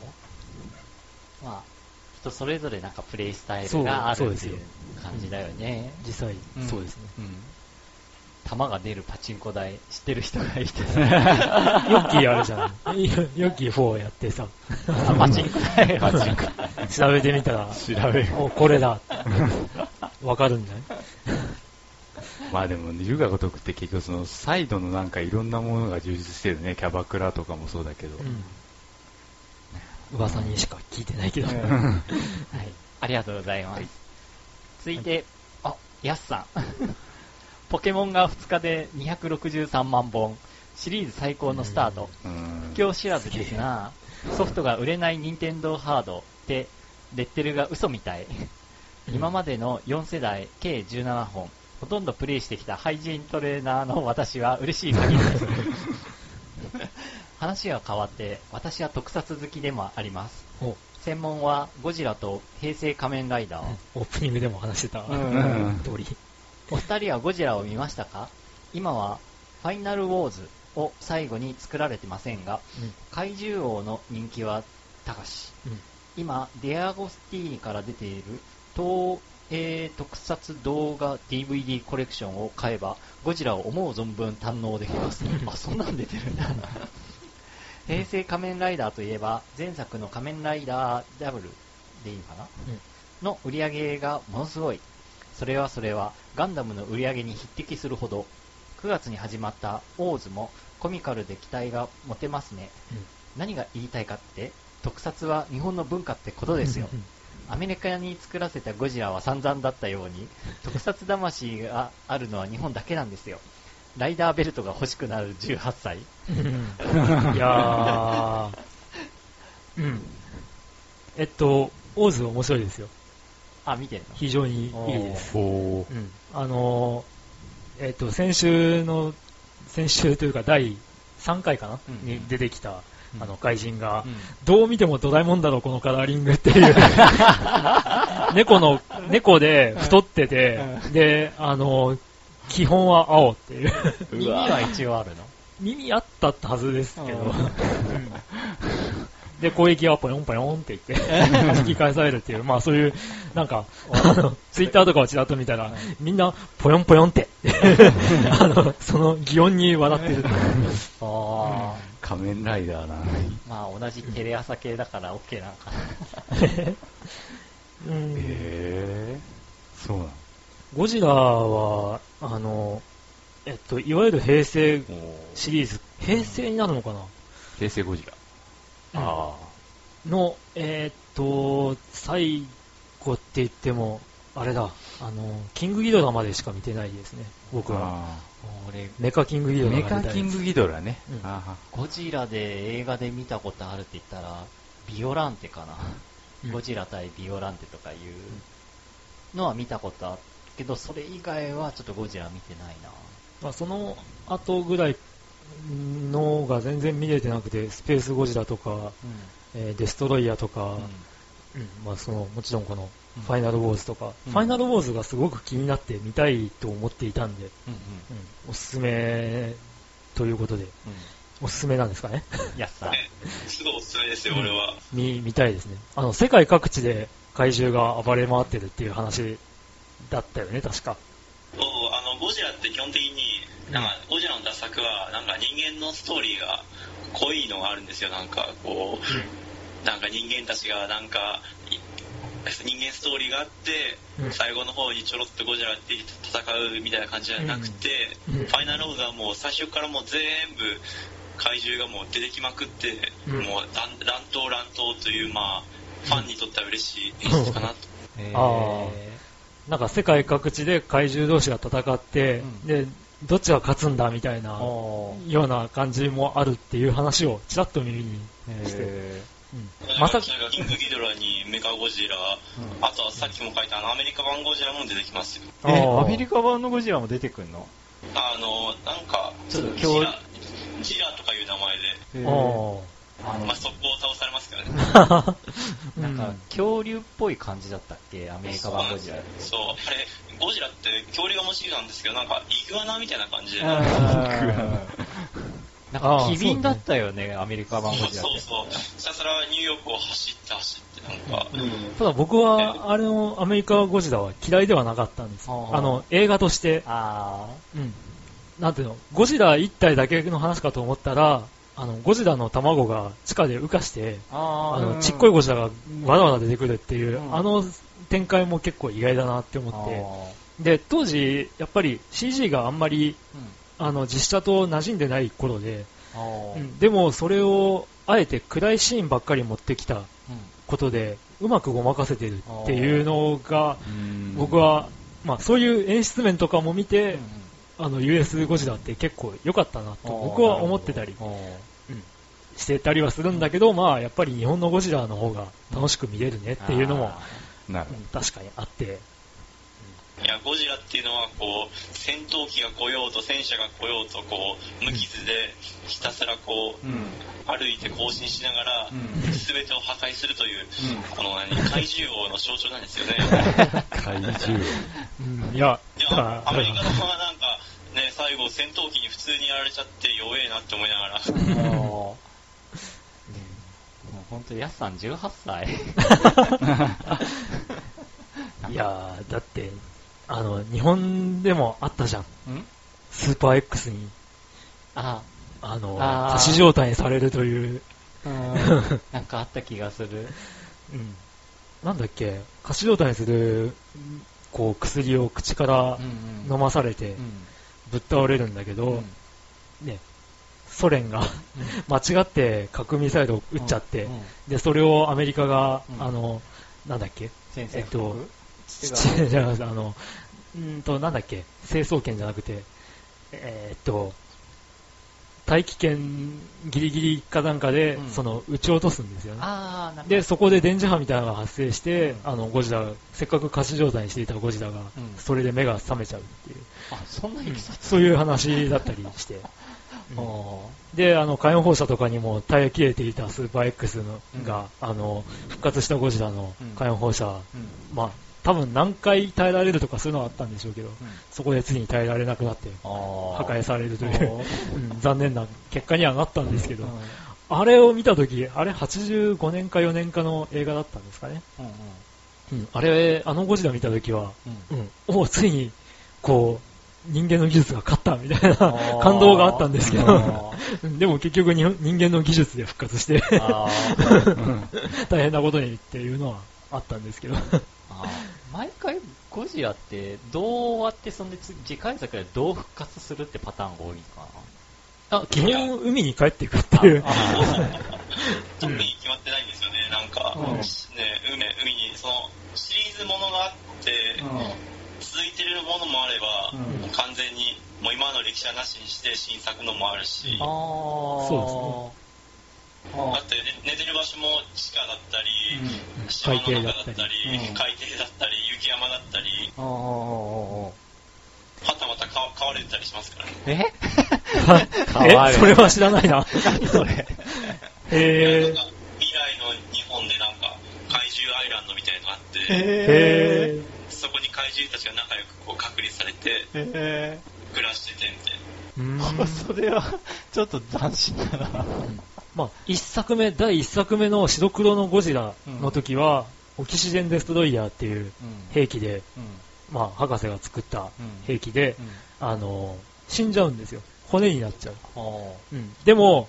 Speaker 3: 人それぞれなんかプレイスタイルがあるっていう感じだよね。
Speaker 2: 実際、そうですね。
Speaker 3: 弾が出るパチンコ台知ってる人がいてヨ
Speaker 2: ッキーあるじゃん。ヨッキー4やってさ、
Speaker 3: パチンコ台
Speaker 2: 調べてみたら、これだわかるんじゃない？
Speaker 4: でも竜が如くって結局そのサイドのなんかいろんなものが充実してるね。キャバクラとかもそうだけど、
Speaker 2: 噂にしか聞いてないけど。
Speaker 3: はい。ありがとうございます。続いて、ヤスさん。ポケモンが2日で263万本。シリーズ最高のスタート。不況知らずですな。ソフトが売れない任天堂ハードってレッテルが嘘みたい。今までの4世代計17本、ほとんどプレイしてきたハイジーントレーナーの私は嬉しい限りです。話は変わって、私は特撮好きでもあります。専門はゴジラと平成仮面ライダー。
Speaker 2: オープニングでも話してた通り。
Speaker 3: お二人はゴジラを見ましたか？今はファイナルウォーズを最後に作られてませんが、怪獣王の人気は高し、今デアゴスティーニから出ている東映特撮動画 DVD コレクションを買えばゴジラを思う存分堪能できます。そんなん出てるんだ。平成仮面ライダーといえば前作の仮面ライダーダブルでいいのかな、の売り上げがものすごい。それはガンダムの売り上げに匹敵するほど。9月に始まったオーズもコミカルで期待が持てますね。何が言いたいかって特撮は日本の文化ってことですよ。アメリカに作らせたゴジラは散々だったように特撮魂があるのは日本だけなんですよ。ライダーベルトが欲しくなる18歳。い
Speaker 2: やー、オーズ面白いですよ。
Speaker 3: 見てるの？
Speaker 2: 非常にいいです。先週というか第3回かな、に出てきた怪人が、どう見てもドラえもんだろこのカラーリングっていう猫で太ってて、で基本は青っていう
Speaker 3: 耳は一応あるの？
Speaker 2: 耳あったはずですけどで攻撃はポヨンポヨンって言って弾き返されるっていう、まあそういうなんかツイッターとかをちらっと見たらみんなポヨンポヨンってその擬音に笑ってる
Speaker 4: 仮面ライダーな。
Speaker 3: まあ同じテレ朝系だから OK なのかな。
Speaker 4: そうなの。
Speaker 2: ゴジラはいわゆる平成シリーズ、平成になるのかな？
Speaker 4: 平成ゴジラ。
Speaker 2: の、最後って言っても、あれだ、キングギドラまでしか見てないですね、僕は。俺、メカキングギドラが見たいです。
Speaker 4: メカキングギドラね。
Speaker 3: ゴジラで映画で見たことあるって言ったら、ビオランテかな。ゴジラ対ビオランテとかいうのは見たことあるけど、それ以外はちょっとゴジラ見てないな。
Speaker 2: その後ぐらいのが全然見れてなくて、スペースゴジラとか、デストロイヤーとか、もちろんこのファイナルウォーズとか、ファイナルウォーズがすごく気になって見たいと思っていたんで、おすすめということで、おすすめなんですかね。
Speaker 3: やった
Speaker 5: すごいおすすめですよ、俺は。
Speaker 2: 見たいですね。世界各地で怪獣が暴れ回ってるっていう話だったよね、確か。
Speaker 5: ゴジラって基本的にゴジラの脱作は人間のストーリーが濃いのがあるんですよ。なんか人間たちが人間ストーリーがあって、最後の方にちょろっとゴジラって戦うみたいな感じじゃなくて、ファイナルウォーズはもう最初からもう全部怪獣がもう出てきまくって、もう乱闘という、ファンにとっては嬉しい演出かなと。
Speaker 2: なんか世界各地で怪獣同士が戦って、でどっちが勝つんだみたいなような感じもあるっていう話をちらっと耳にして、
Speaker 5: まさかキングギドラにメカゴジラ、あとはさっきも書いたアメリカ版ゴジラも出てきますよ。
Speaker 3: アメリカ版のゴジラも出てくるの？
Speaker 5: なんか
Speaker 3: ちょっと
Speaker 5: ジラとかいう名前で、速攻倒されますけどね。
Speaker 3: なんか恐竜っぽい感じだったっけ、アメリカ版ゴジラ。
Speaker 5: そう、あれゴジラって恐竜がモチーフなんですけど、なんかイグアナみたいな感じで、
Speaker 3: なんか機敏だったよね、アメリカ版ゴジラって。
Speaker 5: そうひたすらニューヨークを走ってなんか、
Speaker 2: ただ僕はあれのアメリカゴジラは嫌いではなかったんです。映画として、なんていうの、ゴジラ1体だけの話かと思ったら、ゴジラの卵が地下で羽化して、ちっこいゴジラがわざわざ出てくるっていう、展開も結構意外だなって思って、で、当時、やっぱり CG があんまり、実写と馴染んでない頃で、 でもそれをあえて暗いシーンばっかり持ってきたことでうまくごまかせてるっていうのが僕は、まあ、そういう演出面とかも見て、US ゴジラって結構良かったなと僕は思ってたり、してたりはするんだけど、まあ、やっぱり日本のゴジラの方が楽しく見れるねっていうのも、確かにあって、
Speaker 5: いや、ゴジラっていうのはこう戦闘機が来ようと戦車が来ようとこう無傷でひたすらこう、歩いて行進しながら、全てを破壊するという、この怪獣王の象徴なんですよね。
Speaker 4: 怪獣
Speaker 2: 王。いや、
Speaker 5: でもアメリカの方はなんかね、最後戦闘機に普通にやられちゃって弱えなって思いながら。
Speaker 3: もう本当にヤスさん18歳。
Speaker 2: いやー、だって日本でもあったじゃん。スーパー X に仮死状態にされるという
Speaker 3: なんかあった気がする。
Speaker 2: なんだっけ、仮死状態にするこう薬を口から飲まされてぶっ倒れるんだけど、ね、ソ連が間違って核ミサイルを撃っちゃって、でそれをアメリカがなんだっけ、なんだっけ、成層圏じゃなくて、大気圏ギリギリかなんかで、撃ち落とすんですよね。で、そこで電磁波みたいなのが発生して、ゴジラ、せっかく仮死状態にしていたゴジラが、それで目が覚めちゃうっていう。
Speaker 3: そんないきさつ、
Speaker 2: そういう話だったりして。で、火炎放射とかにも耐えきれていたスーパー X が、復活したゴジラの火炎放射、まあ、多分何回耐えられるとかそういうのがあったんでしょうけど、そこでついに耐えられなくなって破壊されるという残念な結果にはなったんですけど、あれを見たとき、あれ85年か4年かの映画だったんですかね。あれ、ゴジラ見たときは、ついにこう人間の技術が勝ったみたいな感動があったんですけど、でも結局人間の技術で復活して大変なことにっていうのはあったんですけど。
Speaker 3: 毎回ゴジラってどうやってそんで次回作でどう復活するってパターンが多いか
Speaker 2: な。基本海に帰っていくっていう。
Speaker 5: 特に決まってないんですよね。なんか、海にそのシリーズものがあって、続いてるものもあれば、完全にもう今の歴史はなしにして新作のもあるし。
Speaker 2: そうですね。
Speaker 5: だって寝てる場所も地下だったり、島の中だったり、海底だったり、雪山だったり、はたまた飼われてたりしますからね。
Speaker 2: それは知らないな。
Speaker 3: 何それ。
Speaker 5: なんか未来の日本でなんか怪獣アイランドみたいなのがあって、そこに怪獣たちが仲良くこう隔離されて暮らしててみたいな。
Speaker 3: それはちょっと斬新だな。
Speaker 2: まあ、第1作目の白黒のゴジラの時は、オキシジェンデストロイヤーっていう兵器で、まあ、博士が作った兵器で、死んじゃうんですよ。骨になっちゃう。でも、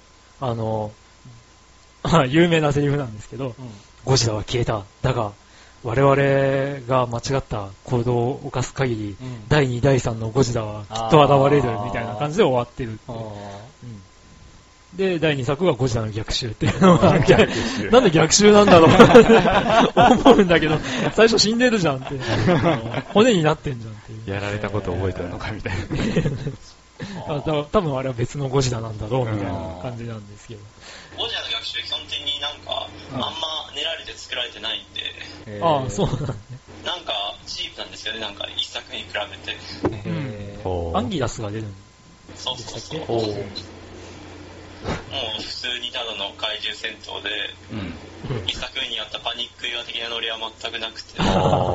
Speaker 2: 有名なセリフなんですけど、ゴジラは消えた。だが、我々が間違った行動を犯す限り、第2、第3のゴジラはきっと現れるみたいな感じで終わってるっていう。で、第2作がゴジラの逆襲っていうのが、なんで逆襲なんだろう思うんだけど、最初死んでるじゃんって。骨になってんじゃんっていう。
Speaker 4: やられたこと覚えてるのかみたいな。
Speaker 2: 多分あれは別のゴジラなんだろうみたいな感じなんですけど。
Speaker 5: ゴジラの逆襲基本的になんか、あんま練られて作られてないんで。
Speaker 2: そうなんね。
Speaker 5: なんかチープなんですよね、なんか一作目に比べ
Speaker 2: て。アンギラスが出るんです
Speaker 5: そうそうそう。もう普通にただの怪獣戦闘で、一作目にやったパニック映画的なノリは全くなくて。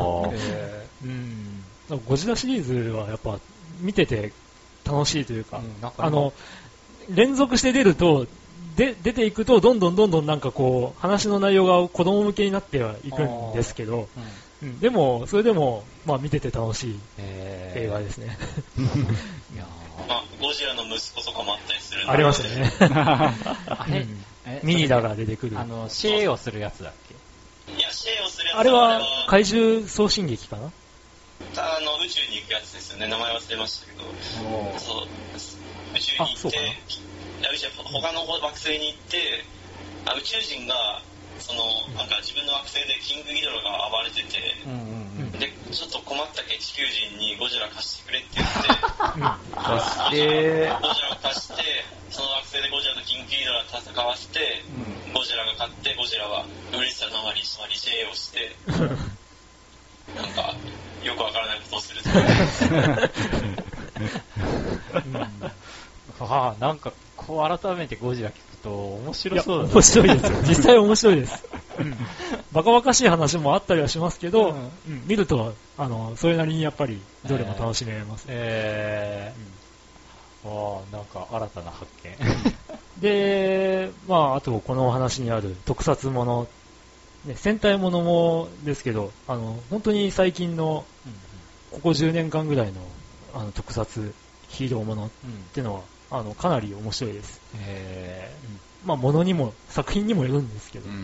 Speaker 2: ゴジラシリーズはやっぱ見てて楽しいというか、連続して出ると、出ていくとどんどんなんかこう話の内容が子供向けになってはいくんですけど、でもそれでもまあ見てて楽しい映画ですね。
Speaker 5: ゴジラの息子とかもあったりするんで。
Speaker 2: ありましたね。ミニダが出てくる。
Speaker 3: シェイをするやつだっけ？
Speaker 5: いや、シェイをするやつ
Speaker 2: あれは怪獣送信劇かな？
Speaker 5: 宇宙に行くやつですよね。名前忘れましたけど。そう宇宙に行って他の惑星に行って、宇宙人がなんか自分の惑星でキングギドラが暴れてて、でちょっと困ったけ地球人にゴジラ貸してくれって言ってゴジラを貸して、その惑星でゴジラとキングギドラを戦わせて、ゴジラが勝って、ゴジラは嬉しさのあまりリシェをしてなんかよくわからないことをすると
Speaker 3: なんかこう改めてゴジラ聞くと面白そうだね。
Speaker 2: 面白いですよ。実際面白いです。バカバカしい話もあったりはしますけど、見るとそれなりにやっぱりどれも楽しめます。
Speaker 3: なんか新たな発見。
Speaker 2: で、あとこのお話にある特撮もの、ね、戦隊ものもですけど、本当に最近のここ10年間ぐらいの特撮ヒーローものっていうのは、かなり面白いです。ものにも作品にもよるんですけど、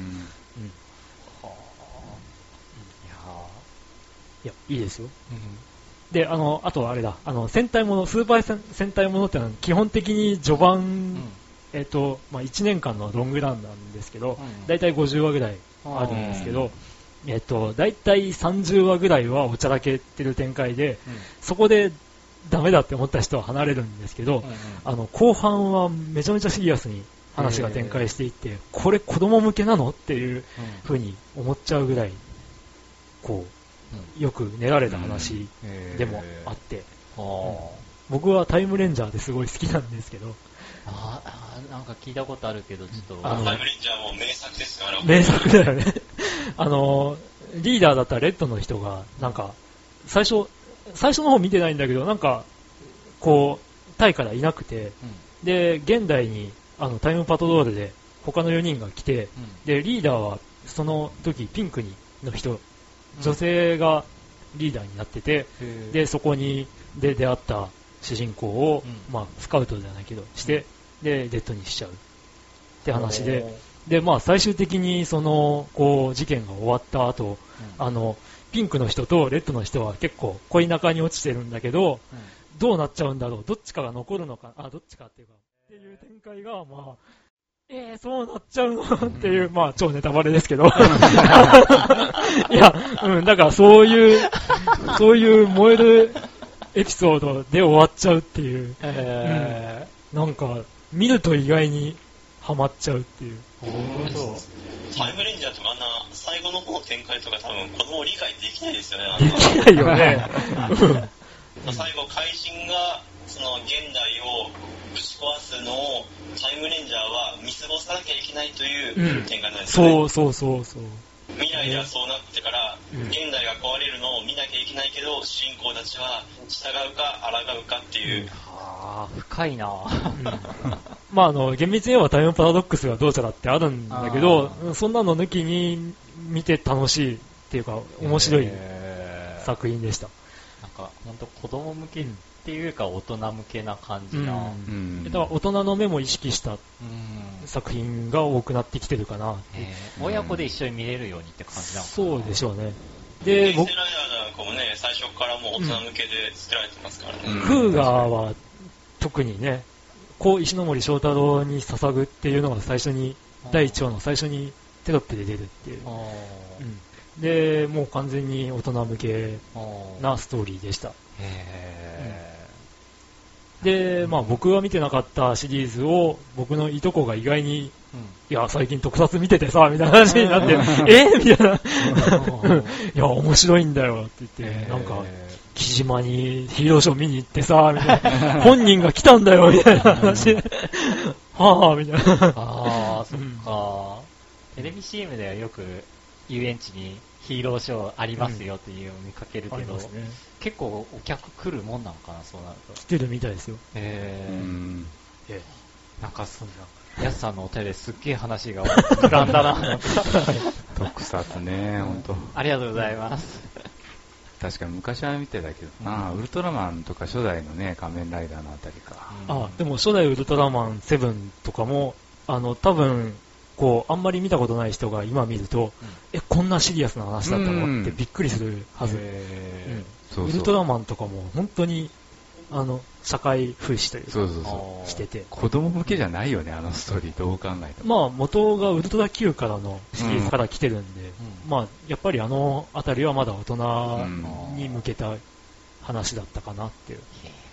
Speaker 2: いやいいですよ。で、あとはあれだ、戦隊もの、スーパー戦隊ものってのは基本的に序盤、1年間のロングランなんですけど、だいたい50話ぐらいあるんですけど、だいたい30話ぐらいはおちゃらけてる展開で、そこでダメだって思った人は離れるんですけど、後半はめちゃめちゃシリアスに話が展開していって、これ子供向けなのっていう風に思っちゃうぐらい、こう、よく練られた話でもあって、僕はタイムレンジャーですごい好きなんですけど、
Speaker 3: なんか聞いたことあるけど、ちょっと。
Speaker 5: タイムレンジャーも名作ですから。
Speaker 2: 名作だよね。リーダーだったレッドの人が、なんか、最初の方見てないんだけど、なんか、こう、タイからいなくて、で、現代に、タイムパトロールで他の4人が来て、で、リーダーはその時ピンクの人、女性がリーダーになってて、で、そこに、出会った主人公を、スカウトじゃないけど、して、で、デッドにしちゃうって話で、で、最終的にこう、事件が終わった後、ピンクの人とレッドの人は結構恋仲に落ちてるんだけど、どうなっちゃうんだろう、どっちかが残るのか、どっちかっていうか、っていう展開が、そうなっちゃうのっていう、超ネタバレですけど。いや、だからそういう燃えるエピソードで終わっちゃうっていう。なんか、見ると意外にハマっちゃうっていう。
Speaker 5: タイムレンジャーとか最後の方の展開とか多分子供理解できないですよね。
Speaker 2: できないよね。
Speaker 5: 最後怪人がその現代をぶち壊すのをタイムレンジャーは見過ごさなきゃいけないという展開なんですよね。そう。未来ではそうなってから、現代が壊れるのを見なきゃいけないけど、主人公たちは従うか抗うかっていう。
Speaker 3: 深いな
Speaker 2: 厳密に言えばタイムパラドックスがどうちゃらってあるんだけど、そんなの抜きに見て楽しいっていうか、面白い作品でした。
Speaker 3: なんか、ほんと子供向けっていうか大人向けな感じな。
Speaker 2: だから大人の目も意識した作品が多くなってきてるかな。
Speaker 3: 親子で一緒に見れるようにって感じなのかな。
Speaker 2: そうでしょうね。
Speaker 5: で、僕、ライダーなんかもね、最初からもう大人向けで作られてますからね。
Speaker 2: クーガーは特にね、石ノ森章太郎に捧ぐっていうのが最初に、第1話の最初にテロップで出るっていう。で、もう完全に大人向けなストーリーでした。で、僕は見てなかったシリーズを僕のいとこが意外に、いや、最近特撮見ててさ、みたいな話になって、みたいな。いや、面白いんだよって言って、なんか、木島にヒーローショー見に行ってさ、みたいな。本人が来たんだよ、みたいな話で。はぁ、みたいな。
Speaker 3: そっか。テレビ CM ではよく遊園地にヒーローショーありますよっていうのを見かけるけど、結構お客来るもんなのかな、そうなると。
Speaker 2: 来てるみたいですよ。
Speaker 3: なんかそんな、ヤスさんのお手ですっげえ話が膨らんだな。
Speaker 4: 特撮ね、ほんと。
Speaker 3: ありがとうございます。
Speaker 4: 確かに昔は見てたけど、ウルトラマンとか初代のね、仮面ライダーのあたりか。
Speaker 2: でも初代ウルトラマン7とかも、多分、あんまり見たことない人が今見ると、こんなシリアスな話だったのってびっくりするはず。ウルトラマンとかも本当に、 社会風刺というか、
Speaker 4: そうそうそ
Speaker 2: してて。
Speaker 4: 子供向けじゃないよね、あのストーリーどう考えても。
Speaker 2: まあ元がウルトラ Q からのシリーズから来てるんで、まあやっぱりあのあたりはまだ大人に向けた話だったかなっていう。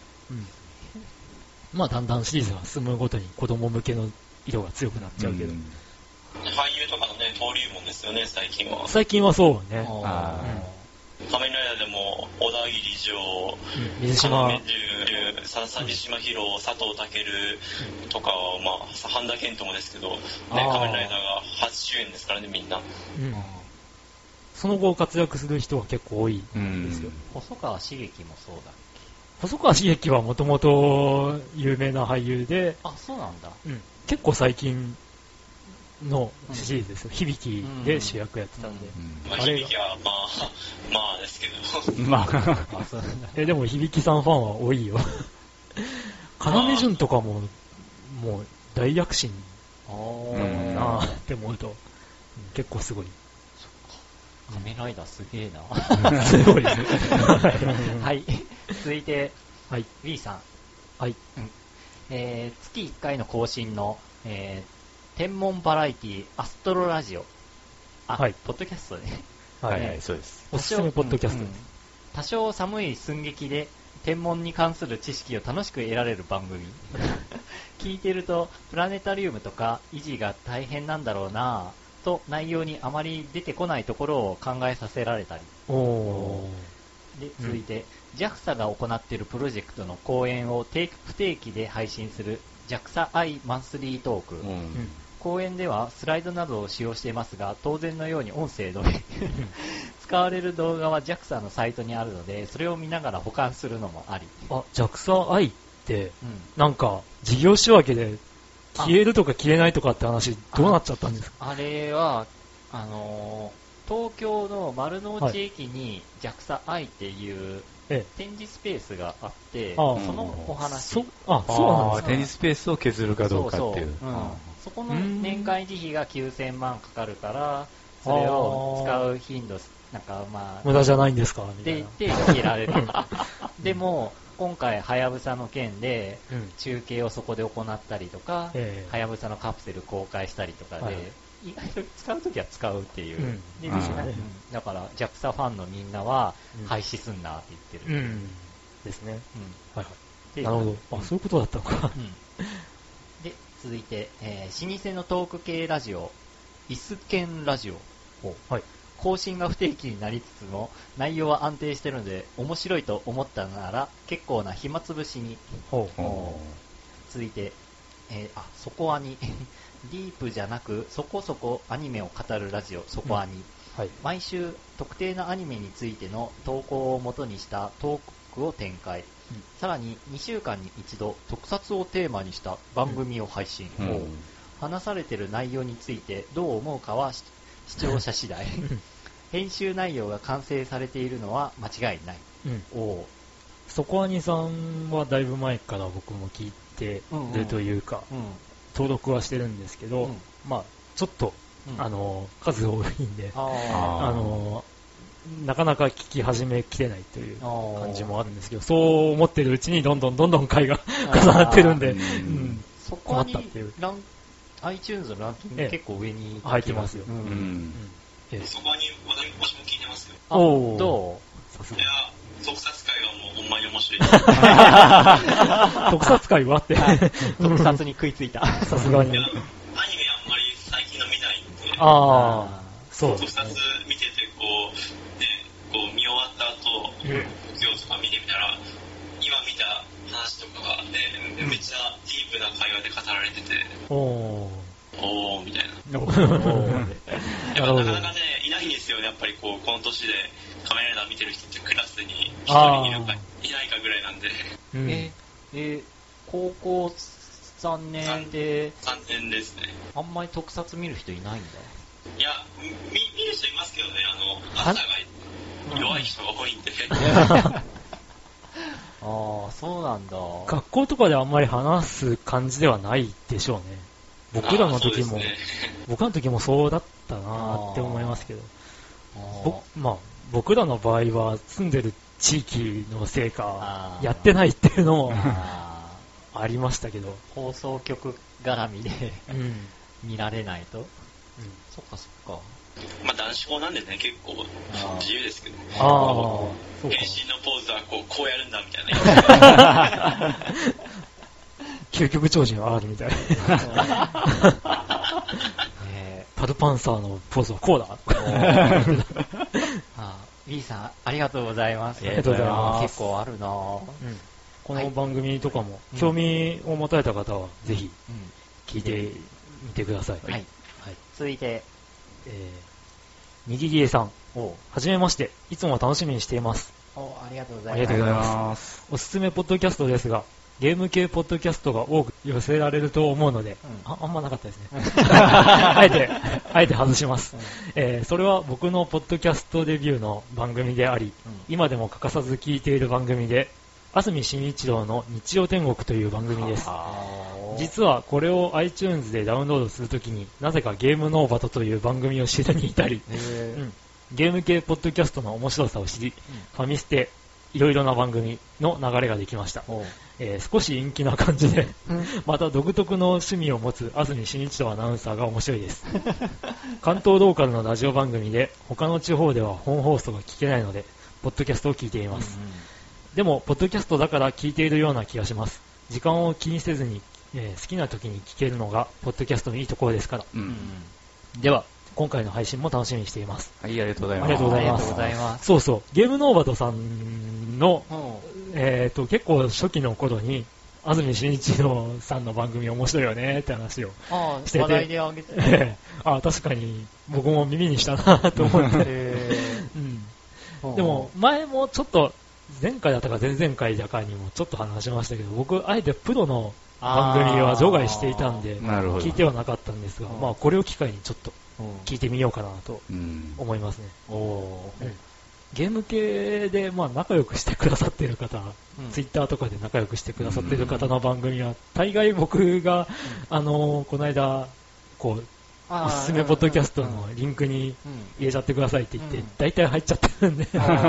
Speaker 2: まあだんだんシリーズが進むごとに子供向けの色が強くなっちゃうけど。
Speaker 5: 俳優とかのね、登竜門ですよね、最近は。
Speaker 2: 最近はそうね。
Speaker 5: 仮面ライダーでも、小田切城、
Speaker 2: 水島
Speaker 5: 鮫島博、佐藤健とかは、まあ、半田健人もですけど、ね、仮面ライダーが初主演ですからね、みんな。
Speaker 2: その後活躍する人は結構多いんですよ。
Speaker 3: 細川茂樹もそうだっけ？
Speaker 2: 細川茂樹はもともと有名な俳優で、
Speaker 3: あ、そうなんだ。
Speaker 2: 結構最近のシリーズですよ。響で主役やってたんで。
Speaker 5: まあ、響はまあですけど。
Speaker 4: まあ。
Speaker 2: でも響さんファンは多いよ。要潤とかも、もう大躍進だなって思うと、結構すごい。
Speaker 3: 仮面ライダーすげえな。
Speaker 2: すごいですね。
Speaker 3: はい。続いて、
Speaker 2: はい、
Speaker 3: B さん。
Speaker 2: はい。
Speaker 3: 月1回の更新の、天文バラエティアストロラジオ。
Speaker 2: はい。
Speaker 3: ポッドキャストね。
Speaker 4: はい、そうです。
Speaker 2: おすすめポッドキャストです。
Speaker 3: 多少寒い寸劇で天文に関する知識を楽しく得られる番組。聞いてると、プラネタリウムとか維持が大変なんだろうなぁと内容にあまり出てこないところを考えさせられたり。で、続いて、JAXA が行っているプロジェクトの講演を不定期で配信する JAXA I マンスリートーク。講演ではスライドなどを使用していますが、当然のように音声のみ使われる動画は JAXA のサイトにあるので、それを見ながら保管するのもあり。
Speaker 2: JAXA I って、なんか事業仕分けで消えるとか消えないとかって話どうなっちゃったんですか？
Speaker 3: あれは東京の丸の内駅に JAXA I っていう展示スペースがあって、そのお話。
Speaker 2: そうなんですか。
Speaker 4: 展示スペースを削るかどうかっていう。
Speaker 3: そこの年会費が9000万かかるから、それを使う頻度、なんかまあ、
Speaker 2: 無駄じゃないんですかみたいな。
Speaker 3: で、消えられる。でも、今回、はやぶさの件で、中継をそこで行ったりとか、はやぶさのカプセル公開したりとかで、意外と使うときは使うっていう。だから、JAXA ファンのみんなは、廃止すんなって言ってる。
Speaker 2: ですね。なるほど。そういうことだったのか。
Speaker 3: で、続いて、老舗のトーク系ラジオ、イスケンラジオ。更新が不定期になりつつも内容は安定してるので面白いと思ったなら結構な暇つぶしに。続いて、そこアニディープじゃなくそこそこアニメを語るラジオそこアニ、毎週特定のアニメについての投稿を元にしたトークを展開、さらに2週間に一度特撮をテーマにした番組を配信、話されている内容についてどう思うかは視聴者次第編集内容が完成されているのは間違いない。
Speaker 2: そこアニさんはだいぶ前から僕も聞いてるというか、登録はしてるんですけど、まあちょっと、数多いんで、なかなか聞き始めきれないという感じもあるんですけど、そう思ってるうちにどんどん回が重なってるんで、
Speaker 3: そこにiTunes のランキング結構上に
Speaker 2: 入ってますよ。
Speaker 5: そこに私も聞いてますよ。
Speaker 3: どう？
Speaker 5: いや、特撮界はもうほんまに面白い。
Speaker 2: 特撮界はって
Speaker 3: 特撮に食いついた。
Speaker 2: さすがに。
Speaker 5: アニメあんまり最近の見ないんで。
Speaker 2: そう。
Speaker 5: 特撮見ててこう見終わった後、今日とか見てみたら、今見た話とかがね、めっちゃディープな会話で語られてて、おーみたいな。なかなかね、いないんですよね、やっぱりこの年で仮面ライダー見てる人ってクラスに一人いないかぐらいなんで。
Speaker 3: 高校3年で、
Speaker 5: 3年ですね。
Speaker 3: あんまり特撮見る人いないんだ。
Speaker 5: いや、見る人いますけどね、朝が弱い人が多いんで。
Speaker 3: そうなんだ。
Speaker 2: 学校とかであんまり話す感じではないでしょうね。僕らの時もそうだったなって思いますけど、まあ僕らの場合は住んでる地域のせいかやってないっていうのもありましたけど、
Speaker 3: 放送局絡みで見られないと、そっかそっか。
Speaker 5: まあ男子校なんでね、結構自由ですけど、
Speaker 2: そうか。
Speaker 5: 変身のポーズはこうやるんだみたいな。
Speaker 2: 究極超人 R みたいな。パルパンサーのポーズはこうだ。
Speaker 3: B さん、ありがとうございます。
Speaker 2: ありがとうございます。
Speaker 3: 結構あるなぁ。
Speaker 2: この番組とかも興味を持たれた方はぜひ聞いてみてください。
Speaker 3: はい。続いて、
Speaker 2: にぎりえさん。はじめまして。いつも楽しみにしています。
Speaker 3: ありがとうございます。
Speaker 2: ありがとうございます。おすすめポッドキャストですが、ゲーム系ポッドキャストが多く寄せられると思うので、あんまなかったですね。あえて外します。それは僕のポッドキャストデビューの番組であり、今でも欠かさず聞いている番組で、安住紳一郎の日曜天国という番組です。実はこれを iTunes でダウンロードするときになぜかゲームノーバトという番組を知らにいたり、ゲーム系ポッドキャストの面白さを知り、ファミステいろいろな番組の流れができました。少し陰気な感じで、また独特の趣味を持つ安住紳一郎アナウンサーが面白いです。関東ローカルのラジオ番組で他の地方では本放送が聞けないのでポッドキャストを聞いています。でもポッドキャストだから聞いているような気がします。時間を気にせずに、好きな時に聞けるのがポッドキャストのいいところですから。では今回の配信も楽しみにしています。
Speaker 4: はい、ありがとうございます。
Speaker 2: ありがとうございます。そうそう、ゲームノーバトさんの、結構初期の頃に安住紳一郎さんの番組面白いよねって話をしてて、
Speaker 3: 話題であげて
Speaker 2: 確かに僕も耳にしたなと思って、でも前もちょっと前回だったか前々回だかにもちょっと話しましたけど、僕あえてプロの番組は除外していたんで聞いてはなかったんですが、まあこれを機会にちょっと聞いてみようかなと思いますね。ゲーム系でまあ仲良くしてくださっている方、ツイッターとかで仲良くしてくださっている方の番組は大概僕がこの間こうおすすめポッドキャストのリンクに入れちゃってくださいって言って大体入っちゃってるんで、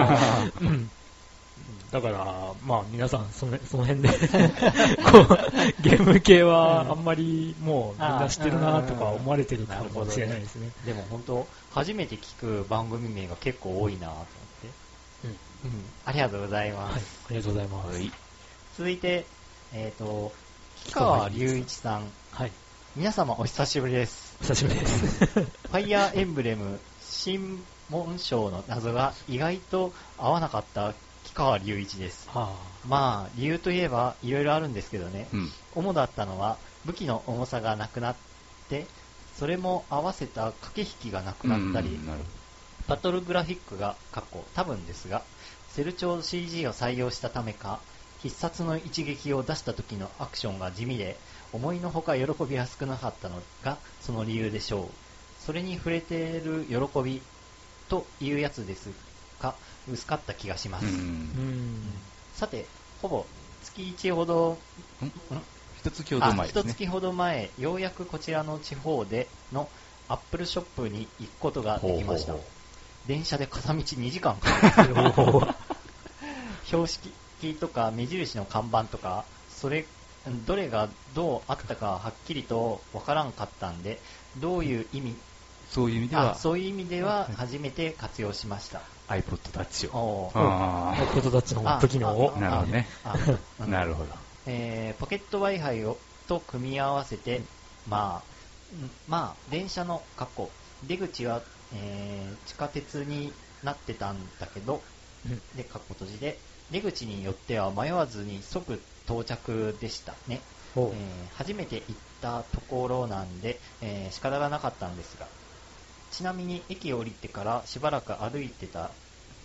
Speaker 2: だからまあ皆さんその辺でこうゲーム系はあんまりもうみんな知ってるなとか思われてるかもしれないですね。
Speaker 3: でも本当初めて聞く番組名が結構多いなと思って、ありがとうございます。
Speaker 2: ありがとうございます。
Speaker 3: 続いて木川隆一さん、皆様お久しぶりです。
Speaker 2: 久しぶりです。
Speaker 3: ファイヤーエンブレム新紋章の謎が意外と合わなかった木川隆一です。まあ理由といえばいろいろあるんですけどね、主だったのは武器の重さがなくなってそれも合わせた駆け引きがなくなったり、バトルグラフィックが多分ですがセル調 CG を採用したためか必殺の一撃を出した時のアクションが地味で思いのほか喜びやすくなかったのがその理由でしょう。それに触れている喜びというやつですが薄かった気がします。さてほぼ月1ほど
Speaker 4: 一月ほど前ですね。
Speaker 3: 一月ほど前ようやくこちらの地方でのアップルショップに行くことができました。電車で片道2時間かかる標識とか目印の看板とかどれがどうあったかはっきりとわからんかったんでどういう意味
Speaker 4: そういう意味では
Speaker 3: 初めて活用しました。
Speaker 4: iPod Touch を
Speaker 2: iPod Touch の機能を
Speaker 4: なるほどね。なるほど。
Speaker 3: ポケット Wi-Fi と組み合わせてまあ電車の出口は、地下鉄になってたんだけど、で閉じで出口によっては迷わずに即到着でしたね。初めて行ったところなんで、仕方がなかったんですが、ちなみに駅を降りてからしばらく歩いてた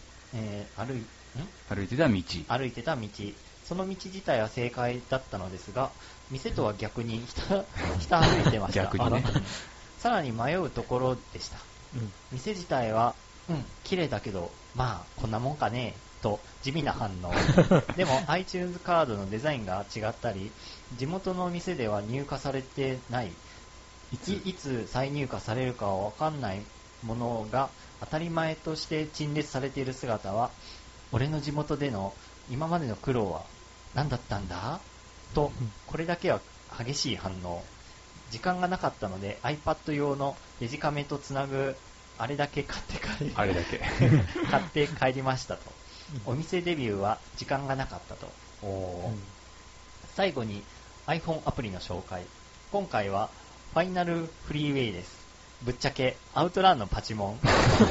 Speaker 3: 道、その道自体は正解だったのですが、店とは逆に下歩いてました。
Speaker 4: 逆にね。
Speaker 3: さらに迷うところでした。店自体は綺麗だけどまあこんなもんかねと地味な反応でも iTunes カードのデザインが違ったり地元の店では入荷されてないいつ再入荷されるかは分かんないものが当たり前として陳列されている姿は俺の地元での今までの苦労は何だったんだと、これだけは激しい反応。時間がなかったので iPad 用のデジカメとつなぐあれだけ買って帰りましたと。お店デビューは時間がなかったと。最後に iPhone アプリの紹介。今回はファイナルフリーウェイです。ぶっちゃけアウトランのパチモン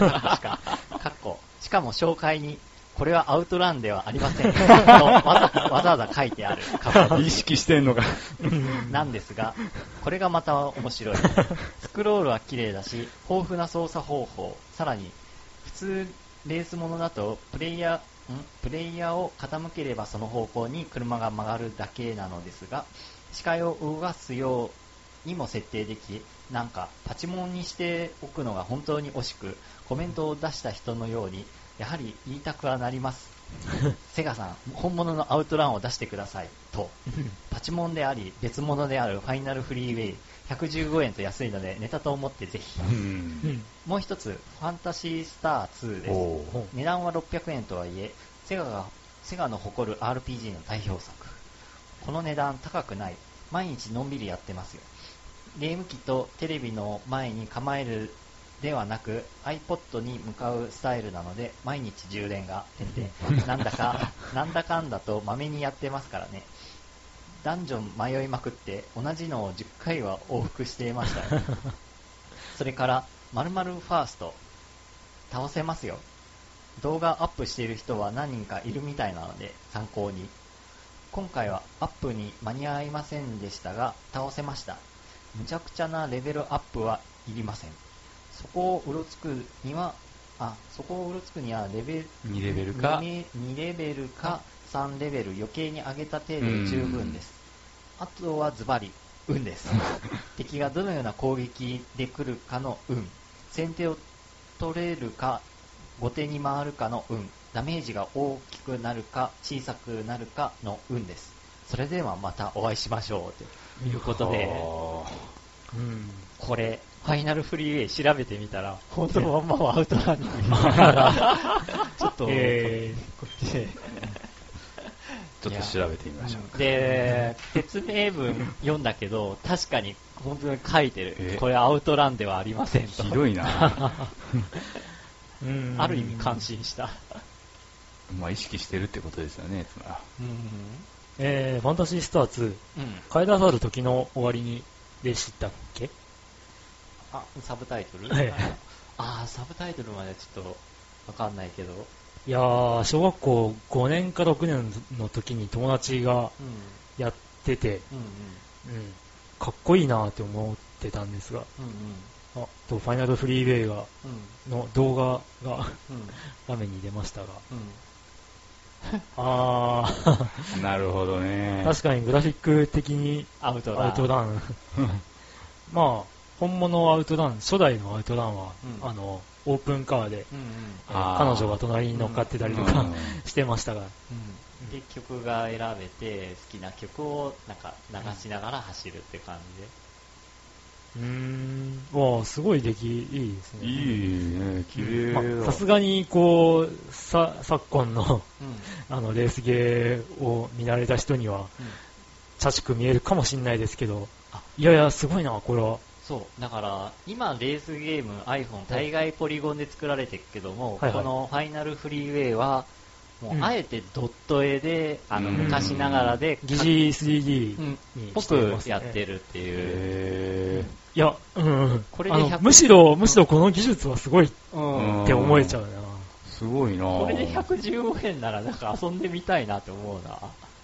Speaker 3: しかも紹介にこれはアウトランではありませんとわざわざ書いてある
Speaker 4: 意識してんのか
Speaker 3: なんですが、これがまた面白い。スクロールは綺麗だし豊富な操作方法。さらに普通レースものだとプレイヤーを傾ければその方向に車が曲がるだけなのですが、視界を動かすようにも設定でき、なんかパチモンにしておくのが本当に惜しく、コメントを出した人のようにやはり言いたくはなります。セガさん、本物のアウトランを出してくださいと。パチモンであり別物であるファイナルフリーウェイ、115円と安いのでネタと思ってぜひ。もう一つ、ファンタシースター2です。値段は600円とはいえ、セガの誇る RPG の代表作。この値段高くない。毎日のんびりやってますよ。ゲーム機とテレビの前に構えるではなく iPod に向かうスタイルなので、毎日充電がなんだかんだとまめにやってますからね。ダンジョン迷いまくって同じのを10回は往復していましたよ。それから〇〇ファースト倒せますよ。動画アップしている人は何人かいるみたいなので参考に。今回はアップに間に合いませんでしたが倒せました。むちゃくちゃなレベルアップはいりません。そこをうろつくには2レベルか3レベル余計に上げた程度で十分です。あとはズバリ運です。敵がどのような攻撃で来るかの運、先手を取れるか後手に回るかの運、ダメージが大きくなるか小さくなるかの運です。それではまたお会いしましょうということで、これファイナルフリーウェイ調べてみたら本当のまんまはアウトランニングちょっと、こっちで
Speaker 4: ちょっと調べてみましょうか。
Speaker 3: で、説明文読んだけど確かに本当に書いてる。これアウトランではありませんと。
Speaker 4: ひどいな。
Speaker 3: ある意味感心した。
Speaker 4: まあ意識してるってことですよね、つまり。
Speaker 2: ファンタシースター2、買い出さる時の終わりにでしたっけ？
Speaker 3: サブタイトル？サブタイトルまでちょっとわかんないけど。
Speaker 2: いやー、小学校5年か6年の時に友達がやってて、かっこいいなって思ってたんですが、ファイナルフリーウェイが、の動画が、画面に出ましたが、
Speaker 4: なるほどね。
Speaker 2: 確かにグラフィック的にアウトランまあ本物アウトラン、初代のアウトランは、オープンカーで、彼女が隣に乗っかってたりとか、してましたが、
Speaker 3: で曲が選べて好きな曲をなんか流しながら走るって感じで、
Speaker 2: すごい出来いいですね。
Speaker 4: いいね、綺麗。
Speaker 2: さすがにこう昨今のレースゲーを見慣れた人には、チャチく見えるかもしれないですけど、いやすごいなこれは。
Speaker 3: そうだから今レースゲーム iPhone 大概ポリゴンで作られてるけども、このファイナルフリーウェイはもうあえてドット絵で、昔ながらで
Speaker 2: 疑似 3D に
Speaker 3: ぽくやってるっていう。
Speaker 2: いや、
Speaker 3: これで
Speaker 2: むしろこの技術はすごいって思えちゃうな。
Speaker 4: すごいな。
Speaker 3: これで115円ならなんか遊んでみたいなって思うな。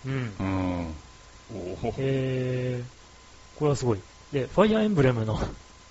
Speaker 3: こ
Speaker 2: れはすごい。で、ファイアーエンブレムの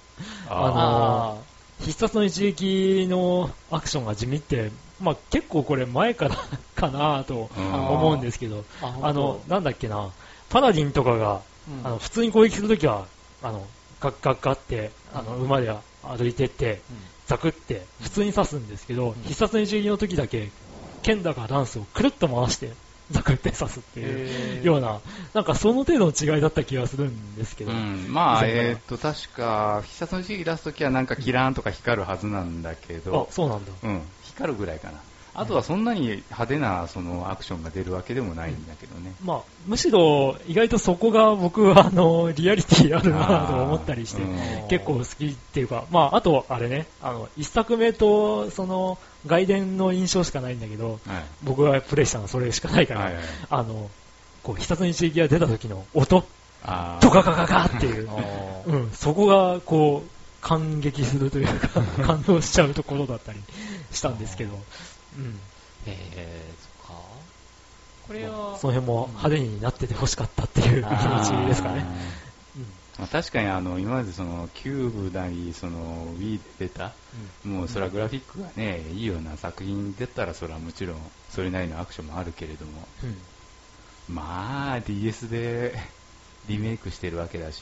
Speaker 2: 必殺の一撃のアクションが地味って、結構これ前からかなと思うんですけど、なんだっけな、パラディンとかが、普通に攻撃するときは、ガッガッガッって、馬で歩いてって、ザクって普通に刺すんですけど、必殺の一撃の時だけ、剣だかランスをくるっと回して、ザクって刺すっていうような、なんかその程度の違いだった気がするんですけど。
Speaker 4: 確か、必殺の一撃出すときはなんかキラーンとか光るはずなんだけど。
Speaker 2: そうなんだ。
Speaker 4: 光るぐらいかな。 あとはそんなに派手なそのアクションが出るわけでもないんだけどね。
Speaker 2: まあ、むしろ意外とそこが僕はリアリティあるなと思ったりして、結構好きっていうか、まあ、あとあれね、一作目とその外伝の印象しかないんだけど、はい、僕がプレイしたのはそれしかないから、はいはい、こう必殺の一撃が出た時の音、ドカカカカっていう、そこがこう感激するというか感動しちゃうところだったりしたんですけど、そっか。これはその辺も派手になってて欲しかったっていう気持ちですかね。
Speaker 4: 確かに今までそのキューブなりその Wii で出た、もうそれはグラフィックがねいいような作品出たらそれはもちろんそれなりのアクションもあるけれども、まあ DS でリメイクしてるわけだし、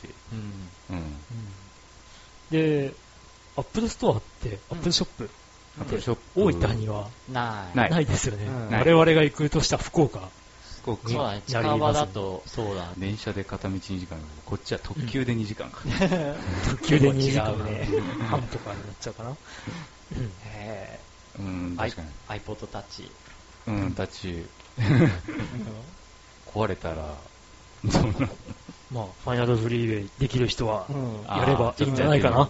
Speaker 2: でアップルストアってアップルショップ大分にはないですよね。我々が行くとした福岡
Speaker 3: そうだね、近場だとそうだね。
Speaker 4: 電車で片道2時間、こっちは特急で2時間か、
Speaker 2: 特急で2時間ね半とかになっちゃうかな。
Speaker 4: 確かに
Speaker 3: iPod Touch
Speaker 4: タッチ壊れたら
Speaker 2: まあ、ファイナルフリーウェイできる人はやればいいんじゃないかな。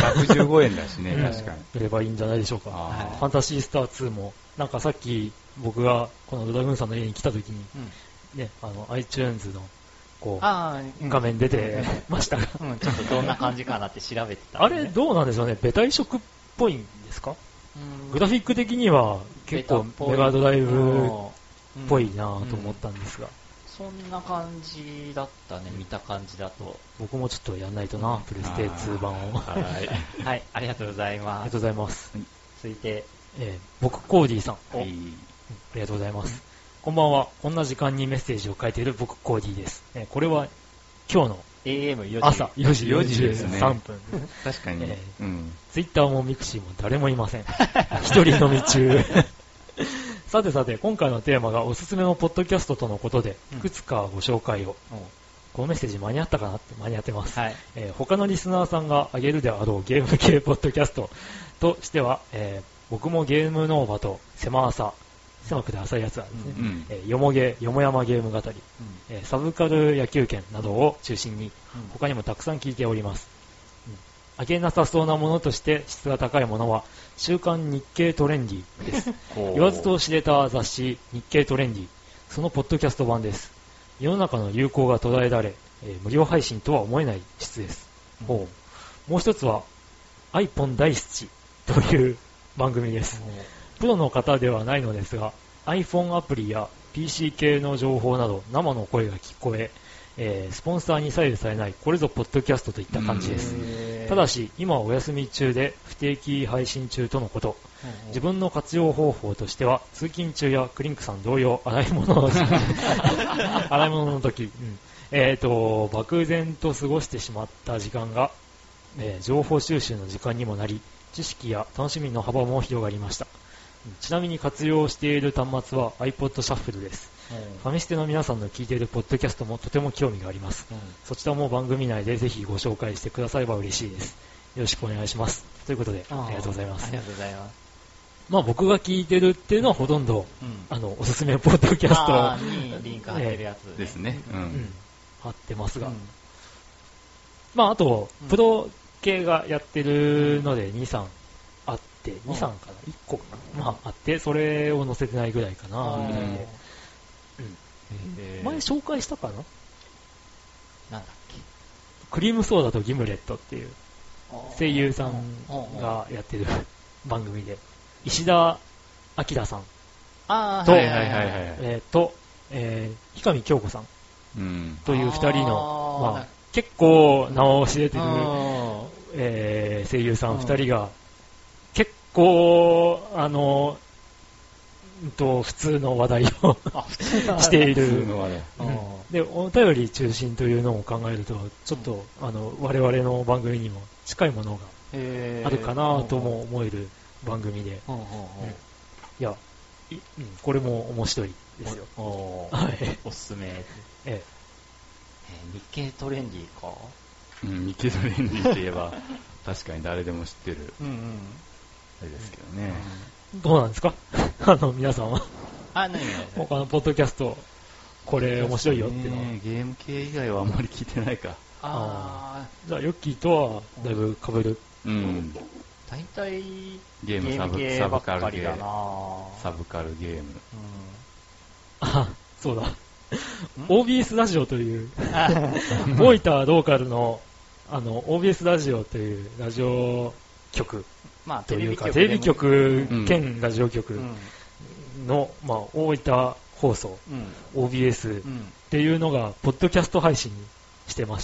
Speaker 4: 115円だしね、確かに。
Speaker 2: やればいいんじゃないでしょうか。ファンタシースター2も、なんかさっき僕がこのドラグーンさんの家に来た時に、ね、iTunes のこう画面出てましたが、
Speaker 3: ちょっとどんな感じかなって調べてた。
Speaker 2: あれどうなんでしょうね、ベタ移植っぽいんですか？グラフィック的には結構メガドライブっぽいなと思ったんですが。
Speaker 3: そんな感じだったね、見た感じだと。
Speaker 2: 僕もちょっとやんないとな、プレステ2版を。
Speaker 3: はい、ありがとうございます。
Speaker 2: ありがとうございます。
Speaker 3: 続いて、
Speaker 2: 僕コーディーさん。ありがとうございます。こんばんは。こんな時間にメッセージを書いている僕コーディーです。これは今日の
Speaker 3: AM4 時
Speaker 2: 朝4時43分。
Speaker 4: 確かにね。
Speaker 2: ツイッターもミクシーも誰もいません。一人飲み中。さてさて、今回のテーマがおすすめのポッドキャストとのことで、いくつかご紹介を。このメッセージ間に合ったかなって間に合ってます。他のリスナーさんが挙げるであろうゲーム系ポッドキャストとしては、僕もゲームノーバと狭くて浅いやつなんですね。よもやまゲーム語り、サブカル野球拳などを中心に、他にもたくさん聞いております。あげなさそうなものとして質が高いものは週刊日経トレンディです。言わずと知れた雑誌日経トレンディ、そのポッドキャスト版です。世の中の流行が捉えられ、無料配信とは思えない質です。もう一つは iPhone 大好きという番組です。プロの方ではないのですが iPhone アプリや PC 系の情報など生の声が聞こえ、スポンサーに左右されないこれぞポッドキャストといった感じです。ただし今はお休み中で不定期配信中とのこと。自分の活用方法としては通勤中やクリンクさん同様洗い物の時、漠然と過ごしてしまった時間が、情報収集の時間にもなり知識や楽しみの幅も広がりました。ちなみに活用している端末は iPod シャッフルです。ファミステの皆さんの聞いているポッドキャストもとても興味があります。そちらも番組内でぜひご紹介してくだされば嬉しいです。よろしくお願いします。ということでありがとうございます。
Speaker 3: ありがとうございます。
Speaker 2: まあ僕が聞いてるっていうのはほとんど、おすすめポッドキャスト
Speaker 3: にリンク貼ってるやつ、
Speaker 4: ですね。
Speaker 2: 貼ってますが、まああとプロ系がやってるので2、3あって、2、3かな、1個かな、まああって、それを載せてないぐらいかなぐらいで、前紹介したかな。
Speaker 3: なんだっけ。
Speaker 2: クリームソーダとギムレットっていう声優さんがやってる番組で、石田明さんと、氷上京子さんという2人の、まあ、結構名を知れてる、声優さん2人が結構普通の話題をしている。で、お便り中心というのを考えるとちょっと我々の番組にも近いものがあるかなとも思える番組で、いや、これも面白いですよ。
Speaker 3: はい、おすすめ。日経トレンディか。
Speaker 4: 日経トレンディといえば確かに誰でも知ってるあれですけどね。
Speaker 2: どうなんですか皆さんは。
Speaker 3: 何
Speaker 2: 他のポッドキャスト、これ面白いよっていうのは。
Speaker 4: ゲーム系以外はあんまり聞いてないか。
Speaker 2: じゃあ、ヨッキーとはだいぶ被る。
Speaker 3: 大体、
Speaker 4: ゲーム
Speaker 3: 系ばっかりだな
Speaker 4: サブカルゲーム。
Speaker 2: そうだ。OBS ラジオという、大分ローカルの、OBS ラジオというラジオ局というか、テレビ局兼ラジオ局の、大分放送、OBS っていうのが、ポッドキャスト配信してまして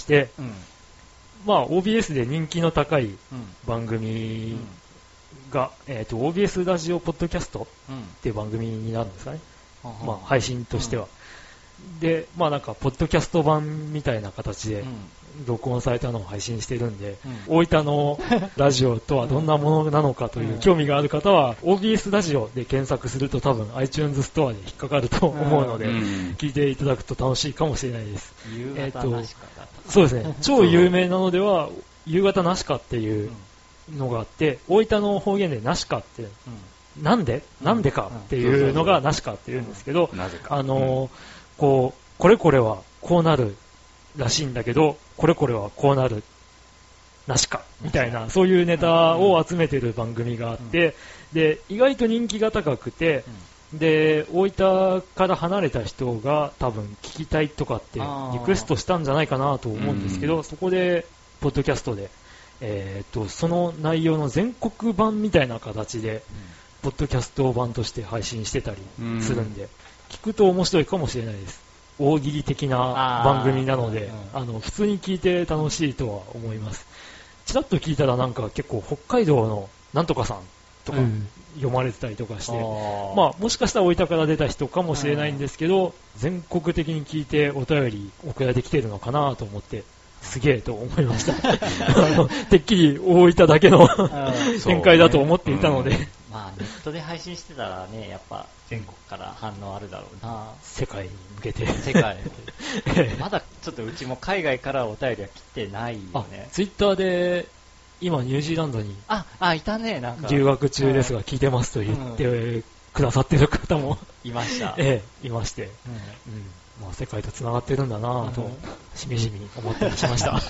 Speaker 2: 、OBS で人気の高い番組が、OBS ラジオポッドキャストっていう番組になるんですかね。配信としては。で、なんか、ポッドキャスト版みたいな形で、録音されたのを配信してるんで、大分のラジオとはどんなものなのかという興味がある方は、OBS ラジオで検索すると多分 iTunes ストアで引っかかると思うので、聞いていただくと楽しいかもしれないです。そうですね。超有名なのでは、夕方なしかっていうのがあって、大分の方言でなしかって、なんでかっていうのがなしかっていうんですけど、これこれはこうなるらしいんだけど、これこれはこうなるなしかみたいな、そういうネタを集めてる番組があって、で、意外と人気が高くて、で、大分から離れた人が多分聞きたいとかってリクエストしたんじゃないかなと思うんですけど、そこで、ポッドキャストで、その内容の全国版みたいな形で、ポッドキャスト版として配信してたりするんで、聞くと面白いかもしれないです。大喜利的な番組なので、普通に聞いて楽しいとは思います。ちらっと聞いたらなんか結構北海道のなんとかさんとか読まれてたりとかして、もしかしたら大分から出た人かもしれないんですけど、全国的に聞いてお便り送られてきてるのかなと思って、すげえと思いました。てっきり大分だけの展開だと思っていたので。
Speaker 3: ネットで配信してたらね、やっぱ全国から反応あるだろうな。
Speaker 2: 世界に向けて。
Speaker 3: 世界まだちょっとうちも海外からお便りは来てないよね。
Speaker 2: ツイッターで、今ニュージーランドに。
Speaker 3: いたね、なんか。
Speaker 2: 留学中ですが聞いてますと言ってくださってる方も。
Speaker 3: いました。
Speaker 2: いまして。世界と繋がってるんだなぁと、しみじみ思ったりしました。はい。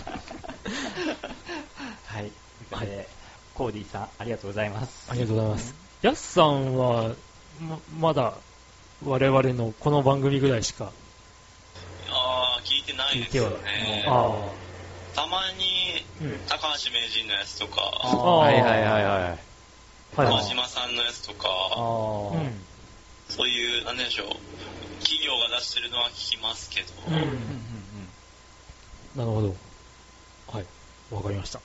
Speaker 3: コーディさん、ありがとうございます。
Speaker 2: ありがとうございます。ヤスさんは、まだ、我々のこの番組ぐらいしか。
Speaker 5: 聞いてないですよね。たまに、高橋名人のやつとか、川島さんのやつとか、そういう、なんでしょう、企業が出してるのは聞きますけど。
Speaker 2: なるほど。はい。わかりました。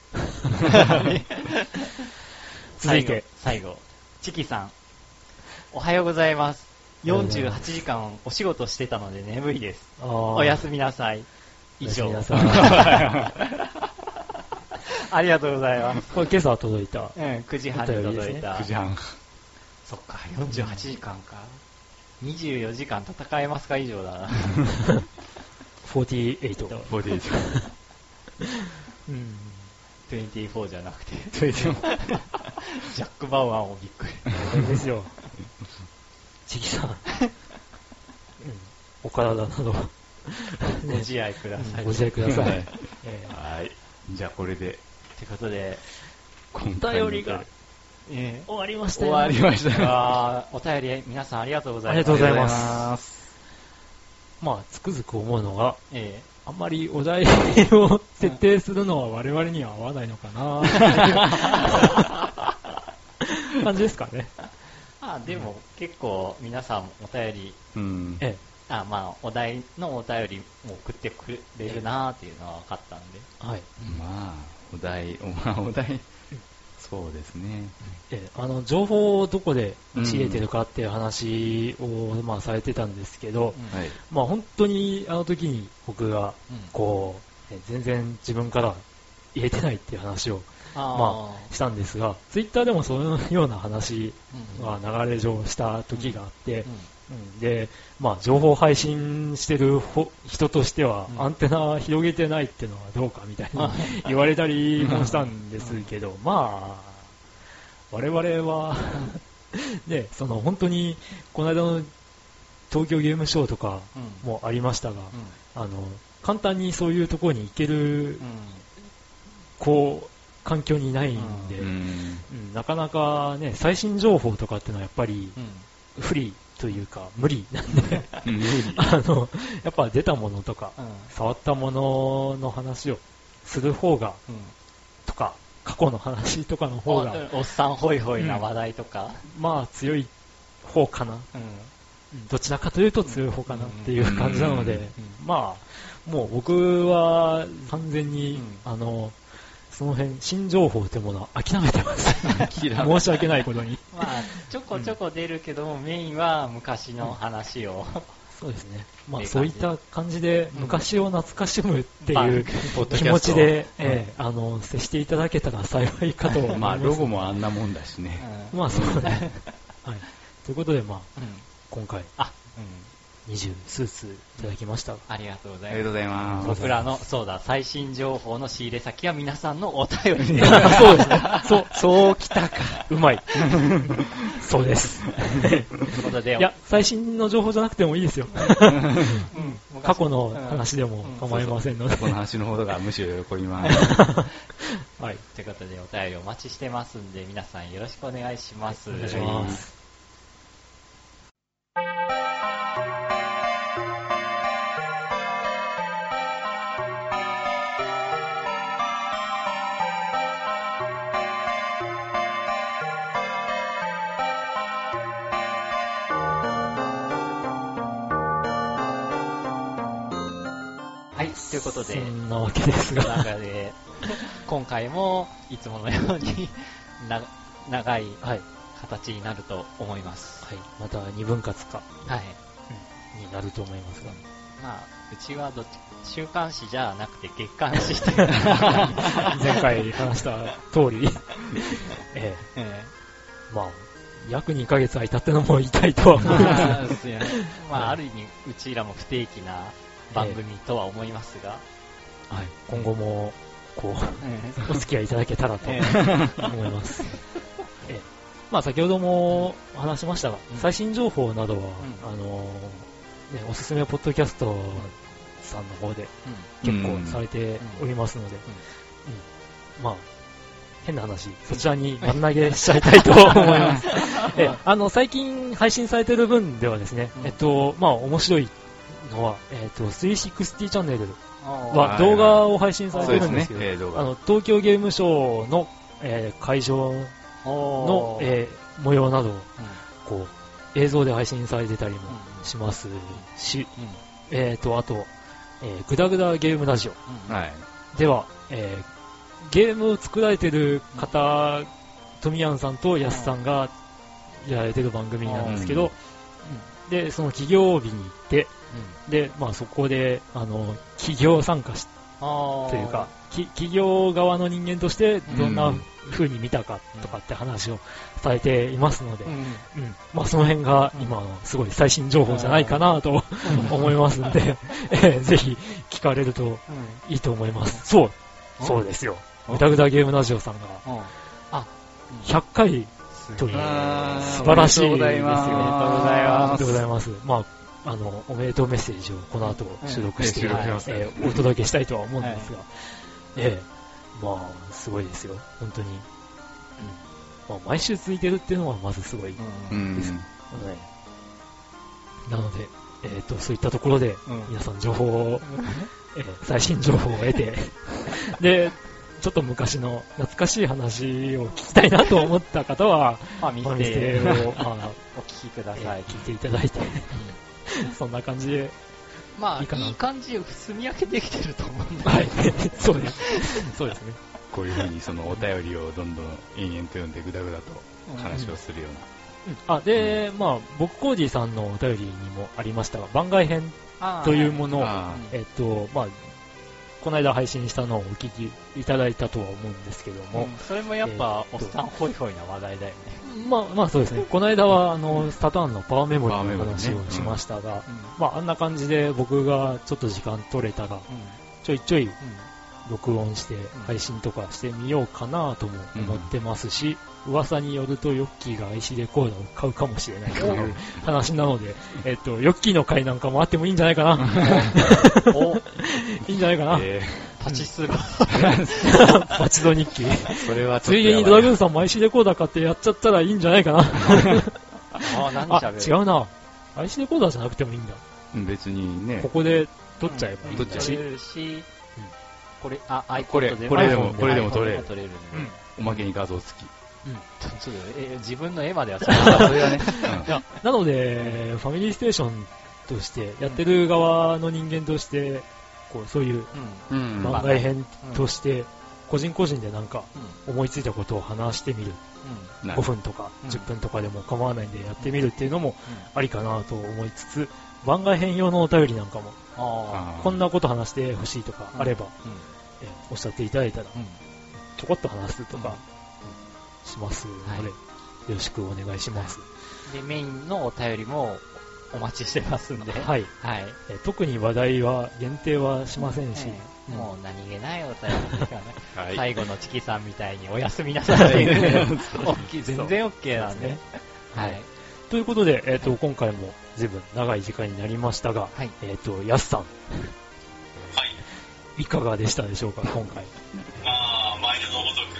Speaker 2: 続いて。
Speaker 3: 最後。チキさん。おはようございます。48時間お仕事してたので眠いです。おやすみなさい。以上。ありがとうございます。
Speaker 2: これ今朝届いた。
Speaker 3: 9時半に届いた。
Speaker 4: 9時半。
Speaker 3: そっか、48時間か。24時間戦えますか以上だな。
Speaker 2: 48。
Speaker 3: 24じゃなくて。ジャック・バウアーもびっくり。
Speaker 2: ですよ。チキさん。お体など。
Speaker 3: ご自愛ください。
Speaker 2: ご自愛ください。はい。
Speaker 4: じゃあこれで。
Speaker 3: ってことで、
Speaker 2: お便りが終わりましたよ。
Speaker 4: 終わりました。
Speaker 3: お便り皆さんありがとうございます。
Speaker 2: ありがとうございます。つくづく思うのが、あんまりお題を設定するのは我々には合わないのかな感じですかね。
Speaker 3: でも結構皆さんお便り、お題のお便りも送ってくれるなーっていうのは分かったんで。
Speaker 2: はい。
Speaker 4: お題、そうですね。
Speaker 2: 情報をどこで仕入れてるかっていう話を、されてたんですけど、本当にあの時に僕が、全然自分から入れてないっていう話を、したんですが、ツイッターでもそういうような話が流れ上した時があって、で、情報配信してる人としては、アンテナ広げてないっていうのはどうかみたいに言われたりもしたんですけど、我々はで、本当に、この間の東京ゲームショウとかもありましたが、簡単にそういうところに行ける、環境にいないんで、なかなかね、最新情報とかっていうのはやっぱり、不利というか、無理なんで、やっぱ出たものとか、触ったものの話をする方が、とか、過去の話とかの方が、
Speaker 3: おっさんホイホイな話題とか、
Speaker 2: まあ強い方かな。どちらかというと強い方かなっていう感じなので、まあ、もう僕は完全に、その辺、新情報ってものは諦めてます。申し訳ないことに。
Speaker 3: まあ、ちょこちょこ出るけども、メインは昔の話を。
Speaker 2: そうですね。まあ、そういった感じで、昔を懐かしむっていう気持ちで、接していただけたら幸いかと思います。
Speaker 4: まあ、ロゴもあんなもんだしね。
Speaker 2: まあ、そうね。はい。ということで、まあ、今回、20数通いただきました。
Speaker 3: ありがとうございます。
Speaker 4: ありがとうございます。
Speaker 3: 僕らの、そうだ、最新情報の仕入れ先は皆さんのお便りで。
Speaker 2: そうですね。そうきたか。うまい。そうです。
Speaker 3: ということで、
Speaker 2: いや、最新の情報じゃなくてもいいですよ。過去の話でも構いませんので。
Speaker 4: 過去の話の方がむしろ喜びます。
Speaker 3: はい。ということで、お便りお待ちしてますんで、皆さんよろしくお願いします。
Speaker 2: お願いします。
Speaker 3: ということで、
Speaker 2: そんなわけですが、
Speaker 3: 中で今回もいつものように長い形になると思います。
Speaker 2: はい、また2分割か、
Speaker 3: はい、
Speaker 2: になると思いますが、
Speaker 3: まあうちは週刊誌じゃなくて月刊誌して
Speaker 2: 前回話した通り、まあ約2ヶ月空いたってのも言いたいとは思います。
Speaker 3: まあある意味うちらも不定期な番組とは思いますが、
Speaker 2: はい、今後もお付き合いいただけたらと思います。まあ先ほども話しましたが、最新情報などは、おすすめポッドキャストさんの方で結構されておりますので、まあ変な話、そちらに丸投げしちゃいたいと思います。最近配信されている分ではですね、まあ面白いのは、360チャンネルは動画を配信されてるんですけど、東京ゲームショウの、会場の、模様などを、映像で配信されてたりもしますし、あと、グダグダゲームラジオでは、ゲームを作られてる方、トミヤンさんとヤスさんがやられてる番組なんですけど、で、その企業日に行って、で、まあそこで、企業参加というか、企業側の人間としてどんな風に見たかとかって話をされていますので、まあその辺が今すごい最新情報じゃないかなと思いますんで、ぜひ聞かれるといいと思います。そうですよ。グダグダゲームラジオさんが、100回という素晴らしいですよ。ありがとうございます。まあ、おめでとうメッセージをこの後収録して、お届けしたいとは思うんですが、まあ、すごいですよ。本当に。まあ、毎週続いてるっていうのはまずすごいです。なので、そういったところで、皆さん情報を、最新情報を得て、で、ちょっと昔の懐かしい話を聞きたいなと思った方は、
Speaker 3: ミステをお聞きください。
Speaker 2: 聞いていただいて、そんな感じで、
Speaker 3: まあ、いい感じで住み分けできてると思うんで。
Speaker 2: はい、そうですね。
Speaker 4: こういうふうにそのお便りをどんどん延々と読んでグダグダと話をするような。
Speaker 2: で、まあ、僕コーディさんのお便りにもありましたが、番外編というものを、まあ、この間配信したのをお聞きいただいたとは思うんですけども、
Speaker 3: それもやっぱおっさんホイホイな話題だよね。
Speaker 2: まあそうですね。この間はスタターンのパワーメモリーの話をしましたが、まああんな感じで僕がちょっと時間取れたら、ちょいちょい録音して配信とかしてみようかなとも思ってますし、 噂によるとヨッキーが IC レコーダーを買うかもしれないという話なので、ヨッキーの会なんかもあってもいいんじゃないかな。いいんじゃないかな。
Speaker 3: パチスロ。
Speaker 2: パチド日記。
Speaker 4: それは
Speaker 2: ついでにドラグーンさんも IC レコーダー買ってやっちゃったらいいんじゃないかな。違うな。IC レコーダーじゃなくてもいいんだ。
Speaker 4: 別にね。
Speaker 2: ここで撮っちゃえばいいんだ。
Speaker 3: 撮っちゃうし、これ、
Speaker 4: これでも撮れる。おまけに画像付き。
Speaker 3: 自分の絵までは
Speaker 4: それはね。
Speaker 2: なので、ファミリーステーションとして、やってる側の人間として、そういう番外編として、個人個人でなんか思いついたことを話してみる。5分とか10分とかでも構わないんでやってみるっていうのもありかなと思いつつ、番外編用のお便りなんかも、こんなこと話してほしいとかあれば、おっしゃっていただいたら、ちょこっと話すとかしますので、よろしくお願いします。
Speaker 3: で、メインのお便りもお待ちしてますんで、
Speaker 2: はい。特に話題は限定はしませんし、
Speaker 3: もう何気ないお便りですからね。最後のチキさんみたいにおやすみなさいっていう全然 OK なんで。
Speaker 2: ということで、今回も随分長い時間になりましたが、ヤスさん。いかがでしたでしょうか、今回。
Speaker 5: 毎度のごとく、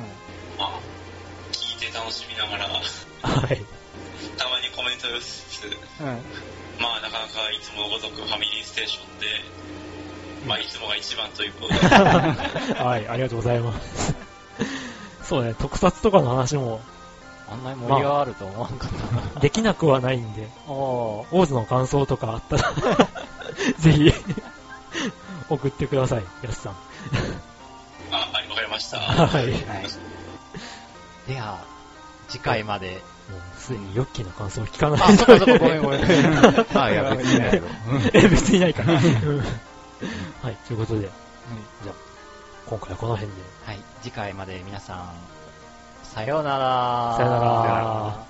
Speaker 5: 聞いて楽しみながら、たまにコメントを寄せつつ、なかなかいつものごとくファミリーステーションで、いつもが一番ということで。
Speaker 2: はい、ありがとうございます。そうね、特撮とかの話も、
Speaker 3: あんなに盛りがあると思わんかった。
Speaker 2: できなくはないんで、オーズの感想とかあったら、ぜひ、送ってください、ヤスさん。
Speaker 5: わかりました。
Speaker 3: では、次回まで。
Speaker 2: もうすでにヨッキーの感想を聞かない
Speaker 3: と。ごめん。
Speaker 4: いや、別にいないけど。
Speaker 2: 別にいないから。はい、ということで、じゃあ、今回はこの辺で。
Speaker 3: 次回まで皆さん、さようなら。
Speaker 2: さようなら。